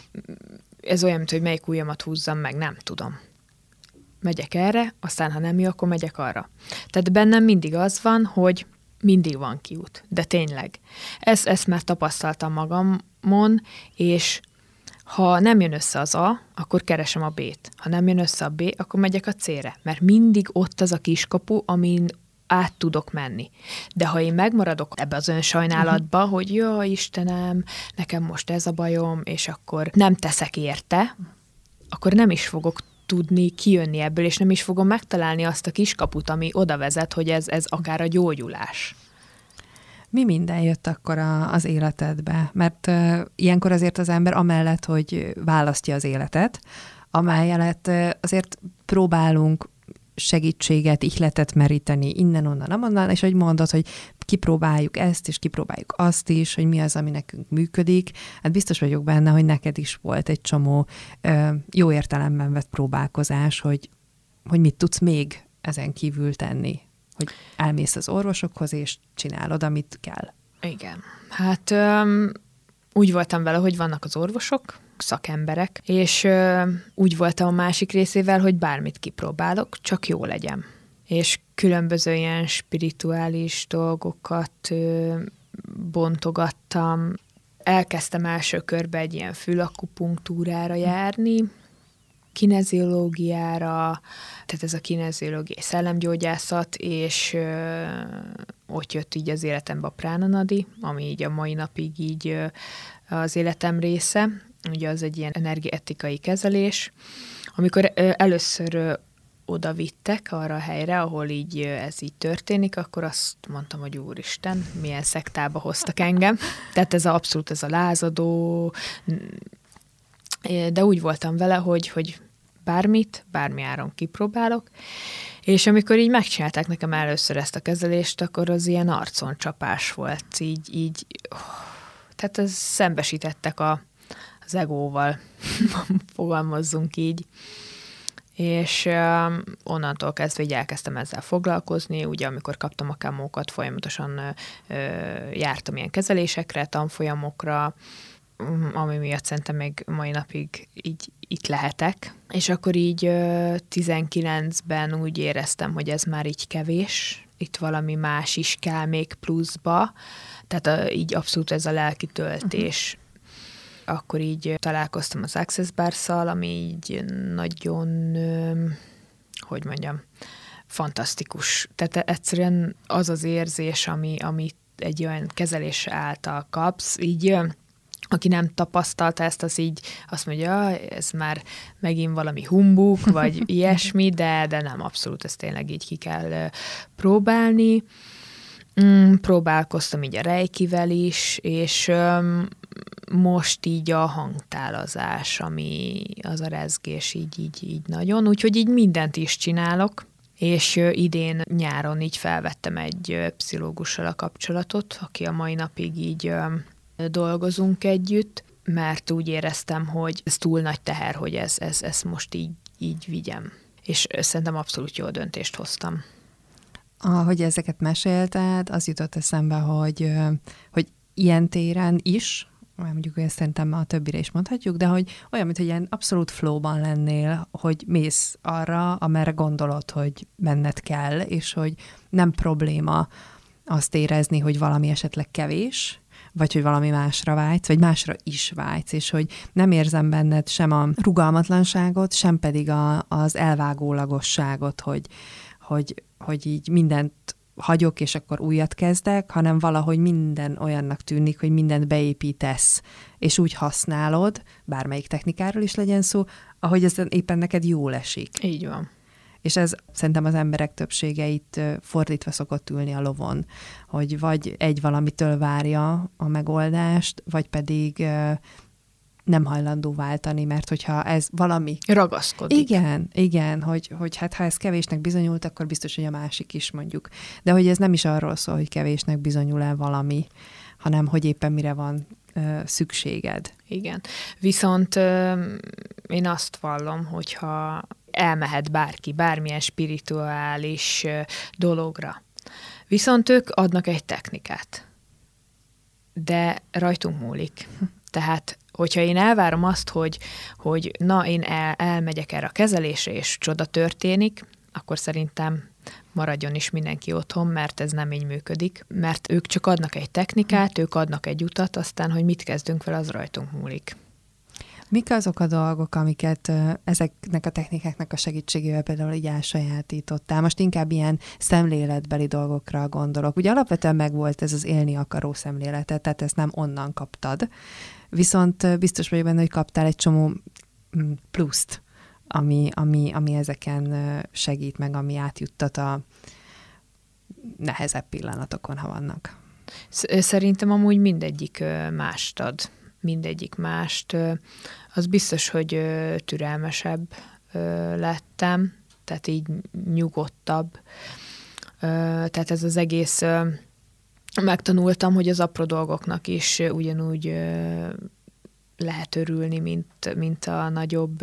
ez olyan, mint hogy melyik ujjamat húzzam meg, nem tudom. Megyek erre, aztán ha nem jó, akkor megyek arra. Tehát bennem mindig az van, hogy mindig van kiút. De tényleg. Ezt, ezt már tapasztaltam magamon, és ha nem jön össze az A, akkor keresem a B-t. Ha nem jön össze a B, akkor megyek a C-re. Mert mindig ott az a kiskapu, amin át tudok menni. De ha én megmaradok ebbe az önsajnálatba, uh-huh. hogy jó, Istenem, nekem most ez a bajom, és akkor nem teszek érte, akkor nem is fogok tudni kijönni ebből, és nem is fogom megtalálni azt a kiskaput, ami oda vezet, hogy ez, ez akár a gyógyulás. Mi minden jött akkor a, az életedbe? Mert uh, ilyenkor azért az ember amellett, hogy választja az életet, amellett uh, azért próbálunk segítséget, ihletet meríteni innen-onnan, amonnan, és hogy mondod, hogy kipróbáljuk ezt, és kipróbáljuk azt is, hogy mi az, ami nekünk működik. Hát biztos vagyok benne, hogy neked is volt egy csomó uh, jó értelemben vett próbálkozás, hogy, hogy mit tudsz még ezen kívül tenni. Hogy elmész az orvosokhoz, és csinálod, amit kell. Igen. Hát um, úgy voltam vele, hogy vannak az orvosok, szakemberek, és uh, úgy voltam a másik részével, hogy bármit kipróbálok, csak jó legyen. És különböző ilyen spirituális dolgokat uh, bontogattam. Elkezdtem első körbe egy ilyen fülakupunktúrára járni, kineziológiára, tehát ez a kineziológiai szellemgyógyászat, és ö, ott jött így az életembe a pránanadi, ami így a mai napig így ö, az életem része. Ugye az egy ilyen energetikai kezelés. Amikor ö, először ö, oda vittek arra a helyre, ahol így ö, ez így történik, akkor azt mondtam, hogy úristen, milyen szektába hoztak engem. Tehát ez a, abszolút ez a lázadó, de úgy voltam vele, hogy, hogy bármit, bármi áron kipróbálok, és amikor így megcsinálták nekem először ezt a kezelést, akkor az ilyen arcon csapás volt, így, így oh, tehát ez szembesítettek a, az egóval, fogalmazzunk így, és um, onnantól kezdve így elkezdtem ezzel foglalkozni, ugye amikor kaptam a kemókat, folyamatosan uh, jártam ilyen kezelésekre, tanfolyamokra, ami miatt szerintem még mai napig így itt lehetek. És akkor így tizenkilencben úgy éreztem, hogy ez már így kevés, itt valami más is kell még pluszba, tehát a, így abszolút ez a lelki töltés. Uh-huh. Akkor így találkoztam az Access Bars-szal, ami így nagyon, hogy mondjam, fantasztikus. Tehát egyszerűen az az érzés, ami, ami egy olyan kezelés által kapsz, így aki nem tapasztalta ezt, az így azt mondja, ez már megint valami humbuk, vagy ilyesmi, de, de nem, abszolút, ezt tényleg így ki kell próbálni. Mm, próbálkoztam így a reikivel is, és um, most így a hangtálazás, ami az a rezgés így, így, így nagyon, úgyhogy így mindent is csinálok, és uh, idén nyáron így felvettem egy uh, pszichológussal a kapcsolatot, aki a mai napig így um, dolgozunk együtt, mert úgy éreztem, hogy ez túl nagy teher, hogy ez, ez, ez most így, így vigyem. És szerintem abszolút jó döntést hoztam. Ahogy ezeket mesélted, az jutott eszembe, hogy, hogy ilyen téren is, mondjuk ezt szerintem a többire is mondhatjuk, de hogy olyan, mint hogy ilyen abszolút flow-ban lennél, hogy mész arra, amerre gondolod, hogy menned kell, és hogy nem probléma azt érezni, hogy valami esetleg kevés, vagy hogy valami másra vágysz, vagy másra is vágysz, és hogy nem érzem benned sem a rugalmatlanságot, sem pedig a, az elvágólagosságot, hogy, hogy, hogy így mindent hagyok, és akkor újat kezdek, hanem valahogy minden olyannak tűnik, hogy mindent beépítesz, és úgy használod, bármelyik technikáról is legyen szó, ahogy ez éppen neked jól esik. Így van. És ez szerintem az emberek többsége itt fordítva szokott ülni a lovon, hogy vagy egy valamitől várja a megoldást, vagy pedig nem hajlandó váltani, mert hogyha ez valami... Ragaszkodik. Igen, igen, hogy, hogy hát ha ez kevésnek bizonyult, akkor biztos, hogy a másik is mondjuk. De hogy ez nem is arról szól, hogy kevésnek bizonyul-e valami, hanem hogy éppen mire van ö, szükséged. Igen. Viszont ö, én azt vallom, hogyha elmehet bárki, bármilyen spirituális ö, dologra, viszont ők adnak egy technikát, de rajtunk múlik. Tehát hogyha én elvárom azt, hogy, hogy na, én el, elmegyek erre a kezelésre, és csoda történik, akkor szerintem maradjon is mindenki otthon, mert ez nem így működik. Mert ők csak adnak egy technikát, ők adnak egy utat, aztán, hogy mit kezdünk fel, az rajtunk múlik. Mik azok a dolgok, amiket ezeknek a technikáknak a segítségével például így elsajátítottál? Most inkább ilyen szemléletbeli dolgokra gondolok. Ugye alapvetően megvolt ez az élni akaró szemléletet, tehát ezt nem onnan kaptad. Viszont biztos vagyok benne, hogy kaptál egy csomó pluszt, ami, ami, ami ezeken segít meg, ami átjuttat a nehezebb pillanatokon, ha vannak. Szerintem amúgy mindegyik mást ad. Mindegyik mást. Az biztos, hogy türelmesebb lettem, tehát így nyugodtabb. Tehát ez az egész, megtanultam, hogy az apró dolgoknak is ugyanúgy lehet örülni, mint, mint a nagyobb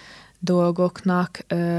dolgoknak.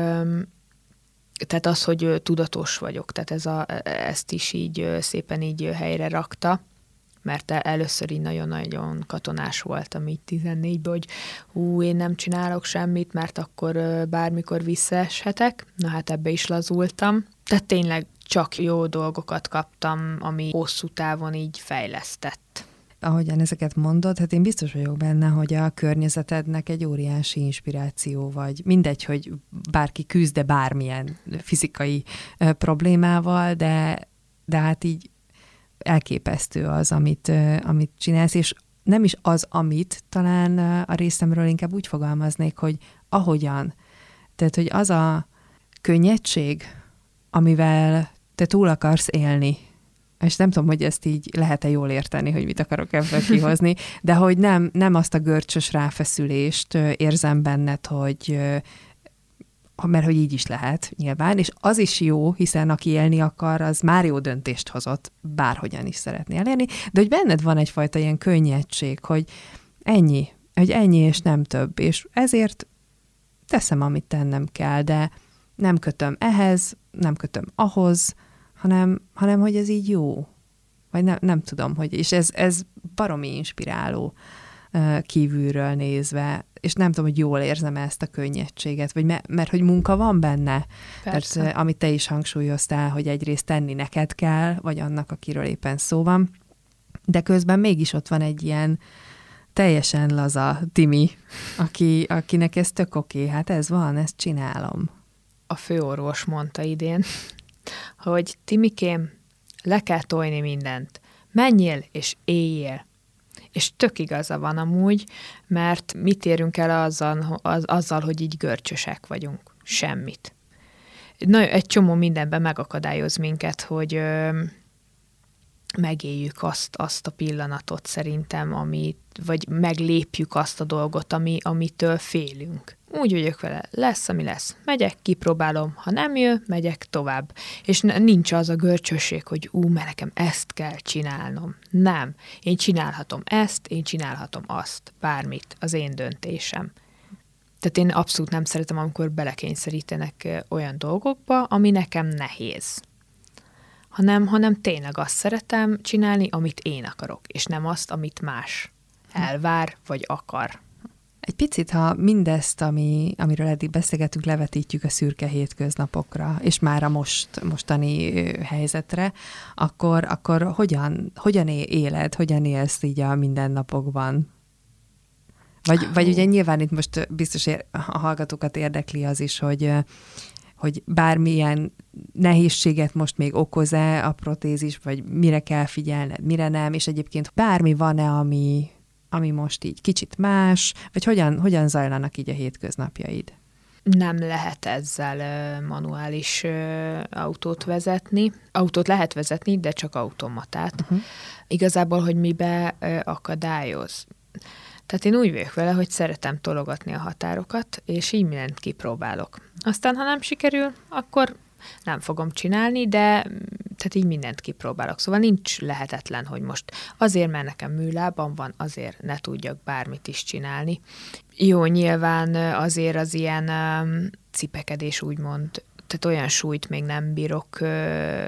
Tehát az, hogy tudatos vagyok, tehát ez a, ezt is így szépen így helyre rakta, mert először így nagyon-nagyon katonás voltam így tizennégyben, hogy hú, én nem csinálok semmit, mert akkor bármikor visszaeshetek. Na hát ebbe is lazultam. Tehát tényleg csak jó dolgokat kaptam, ami hosszú távon így fejlesztett. Ahogyan ezeket mondod, hát én biztos vagyok benne, hogy a környezetednek egy óriási inspiráció vagy. Mindegy, hogy bárki küzd-e bármilyen fizikai ö, problémával, de, de hát így elképesztő az, amit, ö, amit csinálsz, és nem is az, amit, talán a részemről inkább úgy fogalmaznék, hogy ahogyan. Tehát, hogy az a könnyedség, amivel te túl akarsz élni, és nem tudom, hogy ezt így lehet-e jól érteni, hogy mit akarok ebből kihozni, de hogy nem, nem azt a görcsös ráfeszülést érzem benned, hogy mert hogy így is lehet nyilván, és az is jó, hiszen aki élni akar, az már jó döntést hozott, bárhogyan is szeretné elérni, de hogy benned van egyfajta ilyen könnyedség, hogy ennyi, hogy ennyi és nem több, és ezért teszem, amit tennem kell, de nem kötöm ehhez, nem kötöm ahhoz, hanem, hanem hogy ez így jó. Vagy nem, nem tudom, hogy, és ez, ez baromi inspiráló kívülről nézve, és nem tudom, hogy jól érzem ezt a könnyedséget, vagy me, mert hogy munka van benne. Persze. Mert amit te is hangsúlyoztál, hogy egyrészt tenni neked kell, vagy annak, akiről éppen szó van, de közben mégis ott van egy ilyen teljesen laza Timi, aki, akinek ez tök oké, hát ez van, ezt csinálom. A főorvos mondta idén, hogy Timikém, le kell tojni mindent. Menjél és éljél. És tök igaza van amúgy, mert mit érünk el azzal, az, azzal, hogy így görcsösek vagyunk? Semmit. Na, egy csomó mindenben megakadályoz minket, hogy ö, megéljük azt, azt a pillanatot szerintem, amit, vagy meglépjük azt a dolgot, ami, amitől félünk. Úgy vagyok vele, lesz, ami lesz. Megyek, kipróbálom, ha nem jön, megyek tovább. És nincs az a görcsösség, hogy ú, mert nekem ezt kell csinálnom. Nem. Én csinálhatom ezt, én csinálhatom azt. Bármit. Az én döntésem. Tehát én abszolút nem szeretem, amikor belekényszerítenek olyan dolgokba, ami nekem nehéz. Hanem, hanem tényleg azt szeretem csinálni, amit én akarok, és nem azt, amit más elvár, vagy akar. Egy picit, ha mindezt, ami, amiről eddig beszélgetünk, levetítjük a szürke hétköznapokra, és már a most, mostani helyzetre, akkor, akkor hogyan, hogyan éled, hogyan élsz így a mindennapokban? Vagy, vagy ugye nyilván itt most biztos a hallgatókat érdekli az is, hogy, hogy bármilyen nehézséget most még okoz-e a protézis, vagy mire kell figyelned, mire nem, és egyébként bármi van-e, ami... ami most így kicsit más, vagy hogyan, hogyan zajlanak így a hétköznapjaid? Nem lehet ezzel uh, manuális uh, autót vezetni. Autót lehet vezetni, de csak automatát. Uh-huh. Igazából, hogy mibe uh, akadályoz. Tehát én úgy vagyok vele, hogy szeretem tologatni a határokat, és így mindent kipróbálok. Aztán, ha nem sikerül, akkor nem fogom csinálni, de tehát így mindent kipróbálok. Szóval nincs lehetetlen, hogy most azért, mert nekem műlábam van, azért ne tudjak bármit is csinálni. Jó, nyilván azért az ilyen um, cipekedés úgymond, tehát olyan súlyt még nem bírok uh,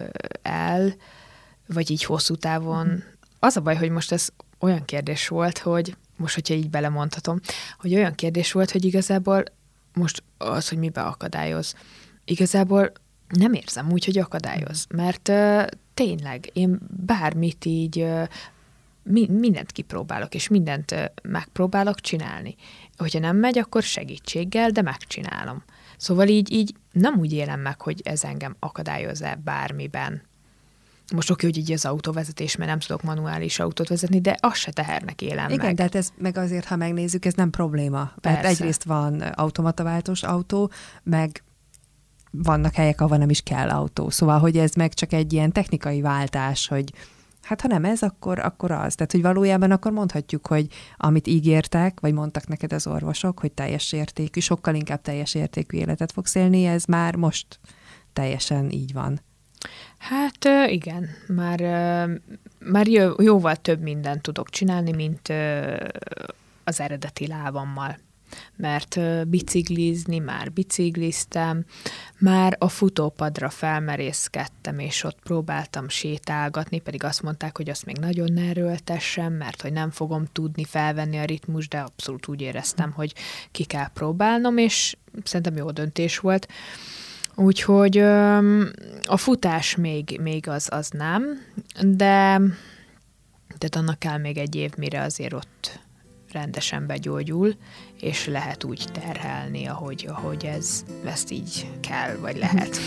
el, vagy így hosszú távon. Mm. Az a baj, hogy most ez olyan kérdés volt, hogy most, hogyha így belemondhatom, hogy olyan kérdés volt, hogy igazából most az, hogy mibe akadályoz. Igazából nem érzem úgy, hogy akadályoz, mert uh, tényleg én bármit így uh, mi, mindent kipróbálok, és mindent uh, megpróbálok csinálni. Hogyha nem megy, akkor segítséggel, de megcsinálom. Szóval így, így nem úgy élem meg, hogy ez engem akadályoz-e bármiben. Most oké, hogy így az autóvezetés, mert nem tudok manuális autót vezetni, de azt se tehernek élem Igen, meg. Igen, de hát ez meg azért, ha megnézzük, ez nem probléma. Mert egyrészt van automataváltós autó, meg vannak helyek, ahol nem is kell autó. Szóval, hogy ez meg csak egy ilyen technikai váltás, hogy hát ha nem ez, akkor, akkor az. Tehát, hogy valójában akkor mondhatjuk, hogy amit ígértek, vagy mondtak neked az orvosok, hogy teljes értékű, sokkal inkább teljes értékű életet fogsz élni, ez már most teljesen így van. Hát igen, már, már jóval több mindent tudok csinálni, mint az eredeti lábammal. Mert biciklizni már bicikliztem, már a futópadra felmerészkedtem, és ott próbáltam sétálgatni, pedig azt mondták, hogy azt még nagyon ne erőltessem, mert hogy nem fogom tudni felvenni a ritmus, de abszolút úgy éreztem, hogy ki kell próbálnom, és szerintem jó döntés volt. Úgyhogy a futás még, még az, az nem, de tehát annak kell még egy év, mire azért ott rendesen begyógyul, és lehet úgy terhelni, ahogy, ahogy ez, ezt így kell, vagy lehet.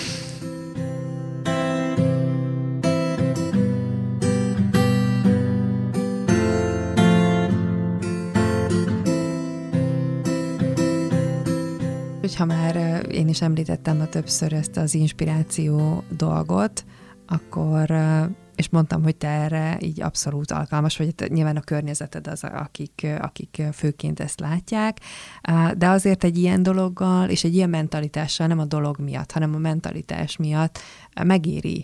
Hogyha már én is említettem a többször ezt az inspiráció dolgot, akkor, és mondtam, hogy te erre így abszolút alkalmas vagy, nyilván a környezeted az, akik, akik főként ezt látják, de azért egy ilyen dologgal, és egy ilyen mentalitással, nem a dolog miatt, hanem a mentalitás miatt megéri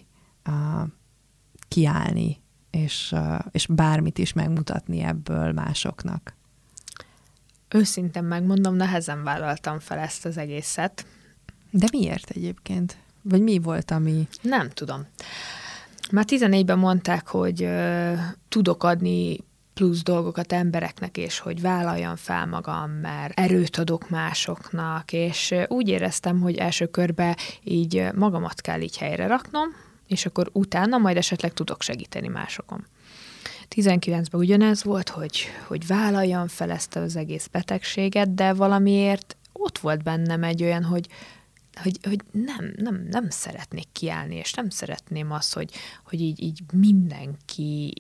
kiállni, és, és bármit is megmutatni ebből másoknak. Őszintén megmondom, nehezen vállaltam fel ezt az egészet. De miért egyébként? Vagy mi volt, ami... Nem tudom. Már tizennégyben mondták, hogy ö, tudok adni plusz dolgokat embereknek, és hogy vállaljam fel magam, mert erőt adok másoknak, és úgy éreztem, hogy első körben így magamat kell így helyre raknom, és akkor utána majd esetleg tudok segíteni másokon. tizenkilencben ugyanez volt, hogy, hogy vállaljam fel ezt az egész betegséget, de valamiért ott volt bennem egy olyan, hogy, hogy, hogy nem, nem, nem szeretnék kiállni, és nem szeretném azt, hogy, hogy így, így mindenki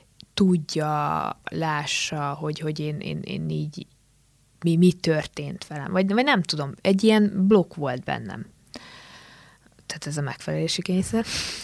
tudja, lássa, hogy, hogy én, én, én így mi, mi történt velem. Vagy, vagy nem tudom, egy ilyen blokk volt bennem. Tehát ez a megfelelési kényszer.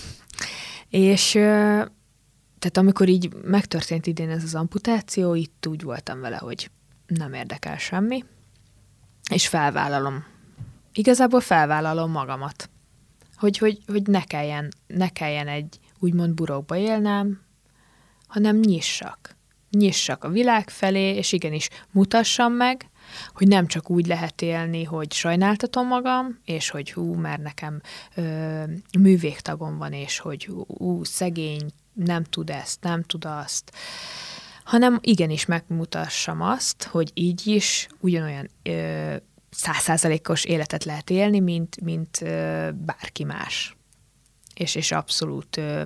És... Tehát amikor így megtörtént idén ez az amputáció, itt úgy voltam vele, hogy nem érdekel semmi, és felvállalom. Igazából felvállalom magamat. Hogy, hogy, hogy ne kelljen, ne kelljen egy úgymond burokba élnem, hanem nyissak. Nyissak a világ felé, és igenis mutassam meg, hogy nem csak úgy lehet élni, hogy sajnáltatom magam, és hogy hú, mert nekem ö, művégtagom van, és hogy hú, szegény, nem tud ezt, nem tud azt, hanem igenis megmutassam azt, hogy így is ugyanolyan száz százalékos életet lehet élni, mint, mint ö, bárki más. És, és abszolút ö,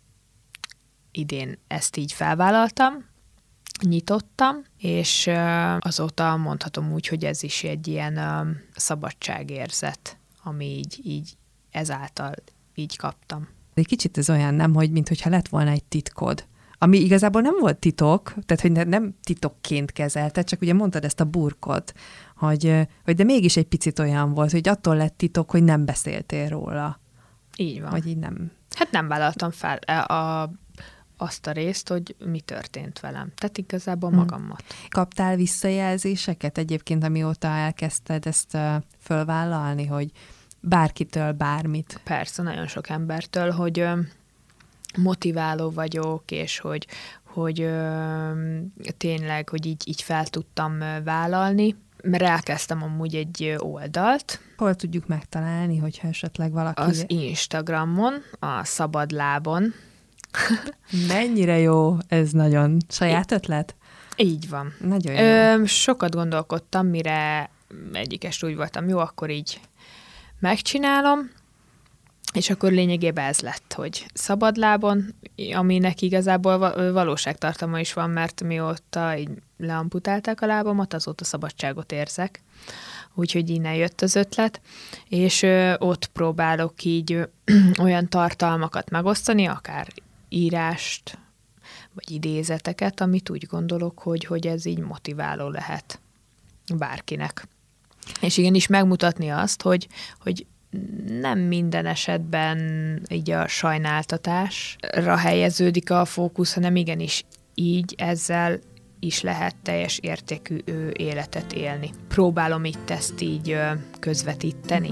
idén ezt így felvállaltam, nyitottam, és ö, azóta mondhatom úgy, hogy ez is egy ilyen ö, szabadságérzet, ami így, így ezáltal így kaptam. Egy kicsit ez olyan, nem, hogy mintha lett volna egy titkod, ami igazából nem volt titok, tehát hogy nem titokként kezelted, csak ugye mondtad ezt a burkot, hogy, hogy de mégis egy picit olyan volt, hogy attól lett titok, hogy nem beszéltél róla. Így van. Vagy így nem. Hát nem vállaltam fel a, azt a részt, hogy mi történt velem. Tehát igazából magamat. Hmm. Kaptál visszajelzéseket egyébként, amióta elkezdted ezt uh, fölvállalni, hogy bárkitől bármit? Persze, nagyon sok embertől, hogy ö, motiváló vagyok, és hogy, hogy ö, tényleg, hogy így, így fel tudtam vállalni, mert elkezdtem amúgy egy oldalt. Hol tudjuk megtalálni, hogyha esetleg valaki... Az Instagramon, a Szabadlábon. Mennyire jó, ez nagyon saját ötlet? Így van. Nagyon jó. Ö, sokat gondolkodtam, mire egyik este úgy voltam, jó, akkor így megcsinálom, és akkor lényegében ez lett, hogy szabadlábon, aminek igazából valóságtartalma is van, mert mióta így leamputálták a lábamat, azóta szabadságot érzek. Úgyhogy innen jött az ötlet, és ö, ott próbálok így ö, olyan tartalmakat megosztani, akár írást, vagy idézeteket, amit úgy gondolok, hogy, hogy ez így motiváló lehet bárkinek. És igenis megmutatni azt, hogy, hogy nem minden esetben így a sajnáltatásra helyeződik a fókusz, hanem igenis így ezzel is lehet teljes értékű életet élni. Próbálom itt ezt így közvetíteni.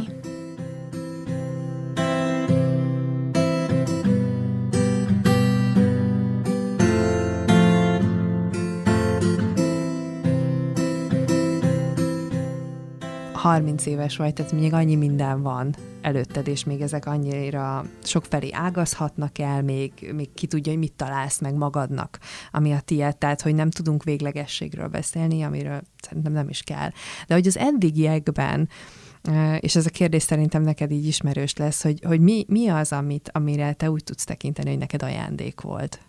harminc éves vagy, tehát még annyi minden van előtted, és még ezek annyira sokfelé ágazhatnak el, még, még ki tudja, hogy mit találsz meg magadnak, ami a tiéd, tehát hogy nem tudunk véglegességről beszélni, amiről szerintem nem is kell. De hogy az eddigiekben, és ez a kérdés szerintem neked így ismerős lesz, hogy, hogy mi, mi az, amit, amire te úgy tudsz tekinteni, hogy neked ajándék volt?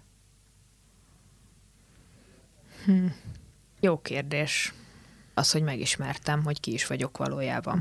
Hm. Jó kérdés. Az, hogy megismertem, hogy ki is vagyok valójában.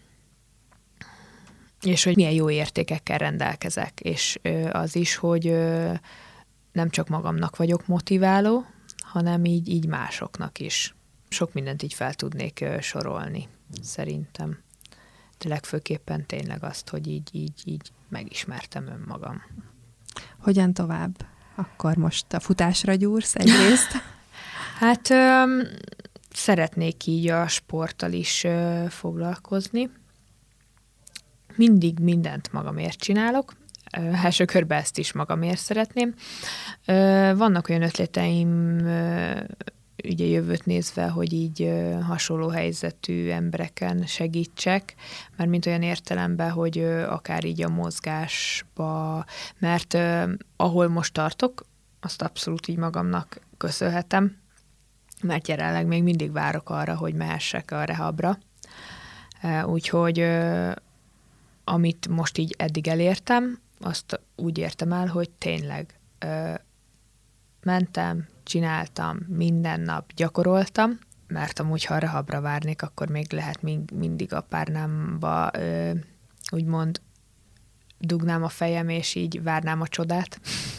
És hogy milyen jó értékekkel rendelkezek. És az is, hogy nem csak magamnak vagyok motiváló, hanem így, így másoknak is. Sok mindent így fel tudnék sorolni, szerintem. De legfőképpen tényleg azt, hogy így, így, így megismertem önmagam. Hogyan tovább? Akkor most a futásra gyúrsz egyrészt? Hát... Öm, Szeretnék így a sporttal is ö, foglalkozni. Mindig mindent magamért csinálok. Ö, első körben ezt is magamért szeretném. Ö, vannak olyan ötleteim, ö, ugye jövőt nézve, hogy így ö, hasonló helyzetű embereken segítsek, mert mint olyan értelemben, hogy ö, akár így a mozgásba, mert ö, ahol most tartok, azt abszolút így magamnak köszönhetem, mert jelenleg még mindig várok arra, hogy mehessek a rehabra. Úgyhogy amit most így eddig elértem, azt úgy értem el, hogy tényleg mentem, csináltam, minden nap gyakoroltam, mert amúgy, ha a rehabra várnék, akkor még lehet mindig a párnámba úgymond dugnám a fejem, és így várnám a csodát.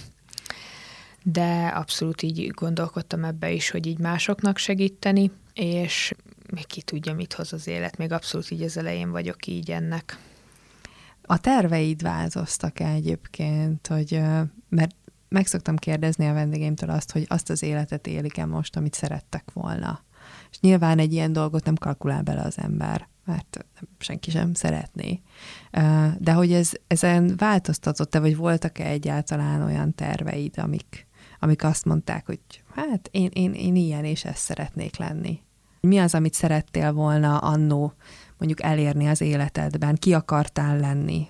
De abszolút így gondolkodtam ebbe is, hogy így másoknak segíteni, és még ki tudja, mit hoz az élet. Még abszolút így az elején vagyok így ennek. A terveid változtak-e egyébként, hogy, mert meg szoktam kérdezni a vendégeimtől azt, hogy azt az életet élik-e most, amit szerettek volna. És nyilván egy ilyen dolgot nem kalkulál bele az ember, mert senki sem szeretné. De hogy ez, ezen változtatott-e, vagy voltak-e egyáltalán olyan terveid, amik, amik azt mondták, hogy hát én, én, én ilyen és ezt szeretnék lenni? Mi az, amit szerettél volna annó mondjuk elérni az életedben? Ki akartál lenni?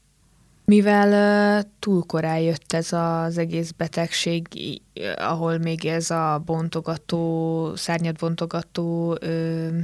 Mivel uh, túl korán jött ez az egész betegség, ahol még ez a bontogató, szárnyat-bontogató uh,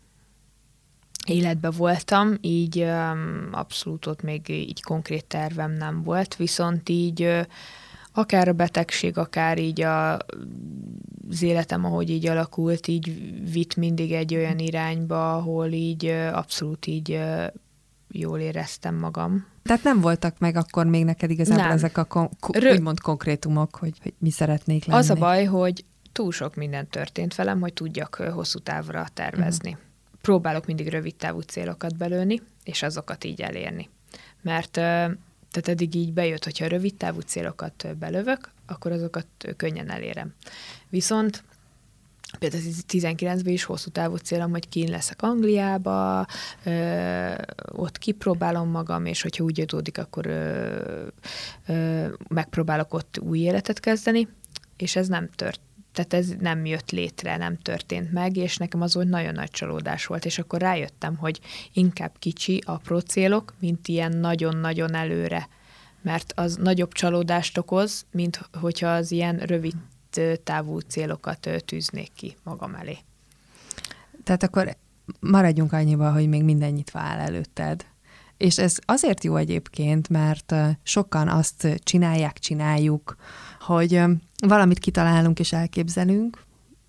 életben voltam, így um, abszolút ott még így konkrét tervem nem volt, viszont így uh, akár a betegség, akár így a, az életem, ahogy így alakult, így vitt mindig egy olyan irányba, ahol így uh, abszolút így uh, jól éreztem magam. Tehát nem voltak meg akkor még neked igazából nem. ezek a kon- Rö- úgymond konkrétumok, hogy, hogy mi szeretnék lenni? Az a baj, hogy túl sok minden történt velem, hogy tudjak hosszú távra tervezni. Uh-huh. Próbálok mindig rövid távú célokat belőni, és azokat így elérni. Mert tehát eddig így bejött, hogyha rövid távú célokat belövök, akkor azokat könnyen elérem. Viszont például tizenkilencben is hosszú távú célom, hogy kint leszek Angliába, ö, ott kipróbálom magam, és hogyha úgy adódik, akkor ö, ö, megpróbálok ott új életet kezdeni, és ez nem tört. Tehát ez nem jött létre, nem történt meg, és nekem az volt nagyon nagy csalódás volt, és akkor rájöttem, hogy inkább kicsi, apró célok, mint ilyen nagyon-nagyon előre, mert az nagyobb csalódást okoz, mint hogyha az ilyen rövid távú célokat tűznék ki magam elé. Tehát akkor maradjunk annyiba, hogy még minden nyitva áll előtted. És ez azért jó egyébként, mert sokan azt csinálják, csináljuk, hogy valamit kitalálunk és elképzelünk,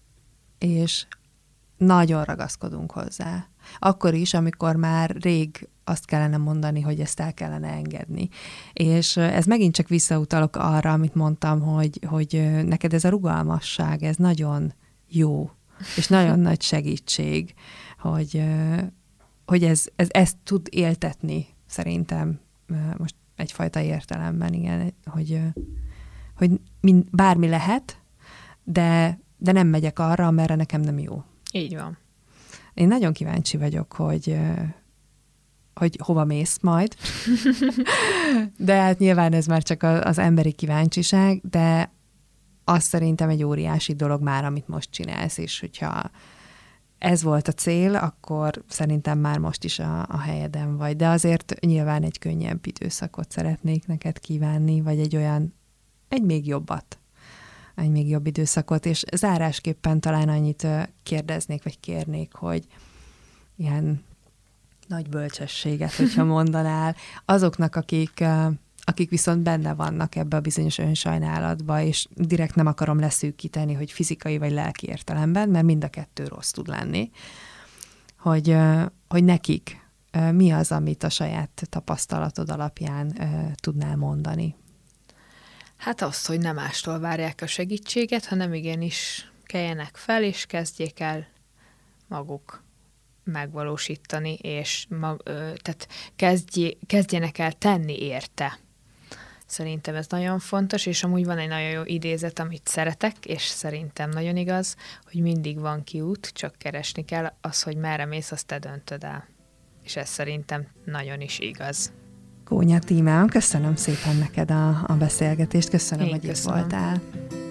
és nagyon ragaszkodunk hozzá. Akkor is, amikor már rég azt kellene mondani, hogy ezt el kellene engedni. És ez megint csak visszautalok arra, amit mondtam, hogy, hogy neked ez a rugalmasság, ez nagyon jó, és nagyon nagy segítség, hogy, hogy ez, ez, ezt tud éltetni szerintem most egyfajta értelemben, igen, hogy, hogy mind, bármi lehet, de, de nem megyek arra, amerre nekem nem jó. Így van. Én nagyon kíváncsi vagyok, hogy, hogy hova mész majd, de hát nyilván ez már csak az emberi kíváncsiság, de az szerintem egy óriási dolog már, amit most csinálsz, és hogyha ez volt a cél, akkor szerintem már most is a, a helyeden vagy. De azért nyilván egy könnyebb időszakot szeretnék neked kívánni, vagy egy olyan, egy még jobbat, egy még jobb időszakot, és zárásképpen talán annyit kérdeznék, vagy kérnék, hogy ilyen nagy bölcsességet, hogyha mondanál, azoknak, akik, akik viszont benne vannak ebbe a bizonyos önsajnálatba, és direkt nem akarom leszűkíteni, hogy fizikai vagy lelki értelemben, mert mind a kettő rossz tud lenni, hogy, hogy nekik mi az, amit a saját tapasztalatod alapján tudnál mondani. Hát azt, hogy nem mástól várják a segítséget, hanem igenis keljenek fel, és kezdjék el maguk megvalósítani, és mag, ö, tehát kezdjé, kezdjenek el tenni érte. Szerintem ez nagyon fontos, és amúgy van egy nagyon jó idézet, amit szeretek, és szerintem nagyon igaz, hogy mindig van kiút, csak keresni kell, az, hogy merre mész, azt te döntöd el. És ez szerintem nagyon is igaz. Kónya Tímea, köszönöm szépen neked a, a beszélgetést, köszönöm, Én hogy köszönöm. itt voltál.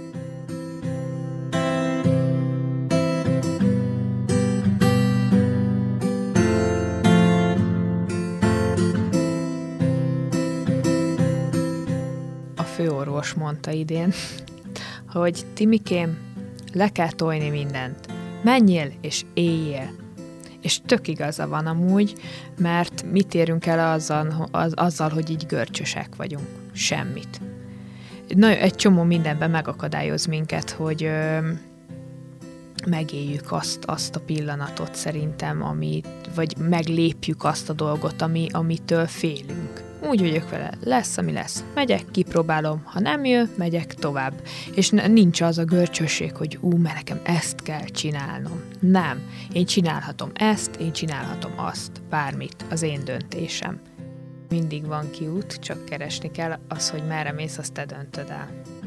A főorvos mondta idén, hogy Timikém, le kell tojni mindent. Menjél és éljél. És tök igaza van amúgy, mert mit érünk el azzal, az, azzal, hogy így görcsösek vagyunk? Semmit. Na, egy csomó mindenben megakadályoz minket, hogy ö, megéljük azt, azt a pillanatot szerintem, amit, vagy meglépjük azt a dolgot, ami, amitől félünk. Úgy vagyok vele, lesz, ami lesz. Megyek, kipróbálom, ha nem jön, megyek tovább. És nincs az a görcsösség, hogy ú, mert nekem ezt kell csinálnom. Nem. Én csinálhatom ezt, én csinálhatom azt, bármit, az én döntésem. Mindig van kiút, csak keresni kell, az, hogy merre mész, azt te döntöd el.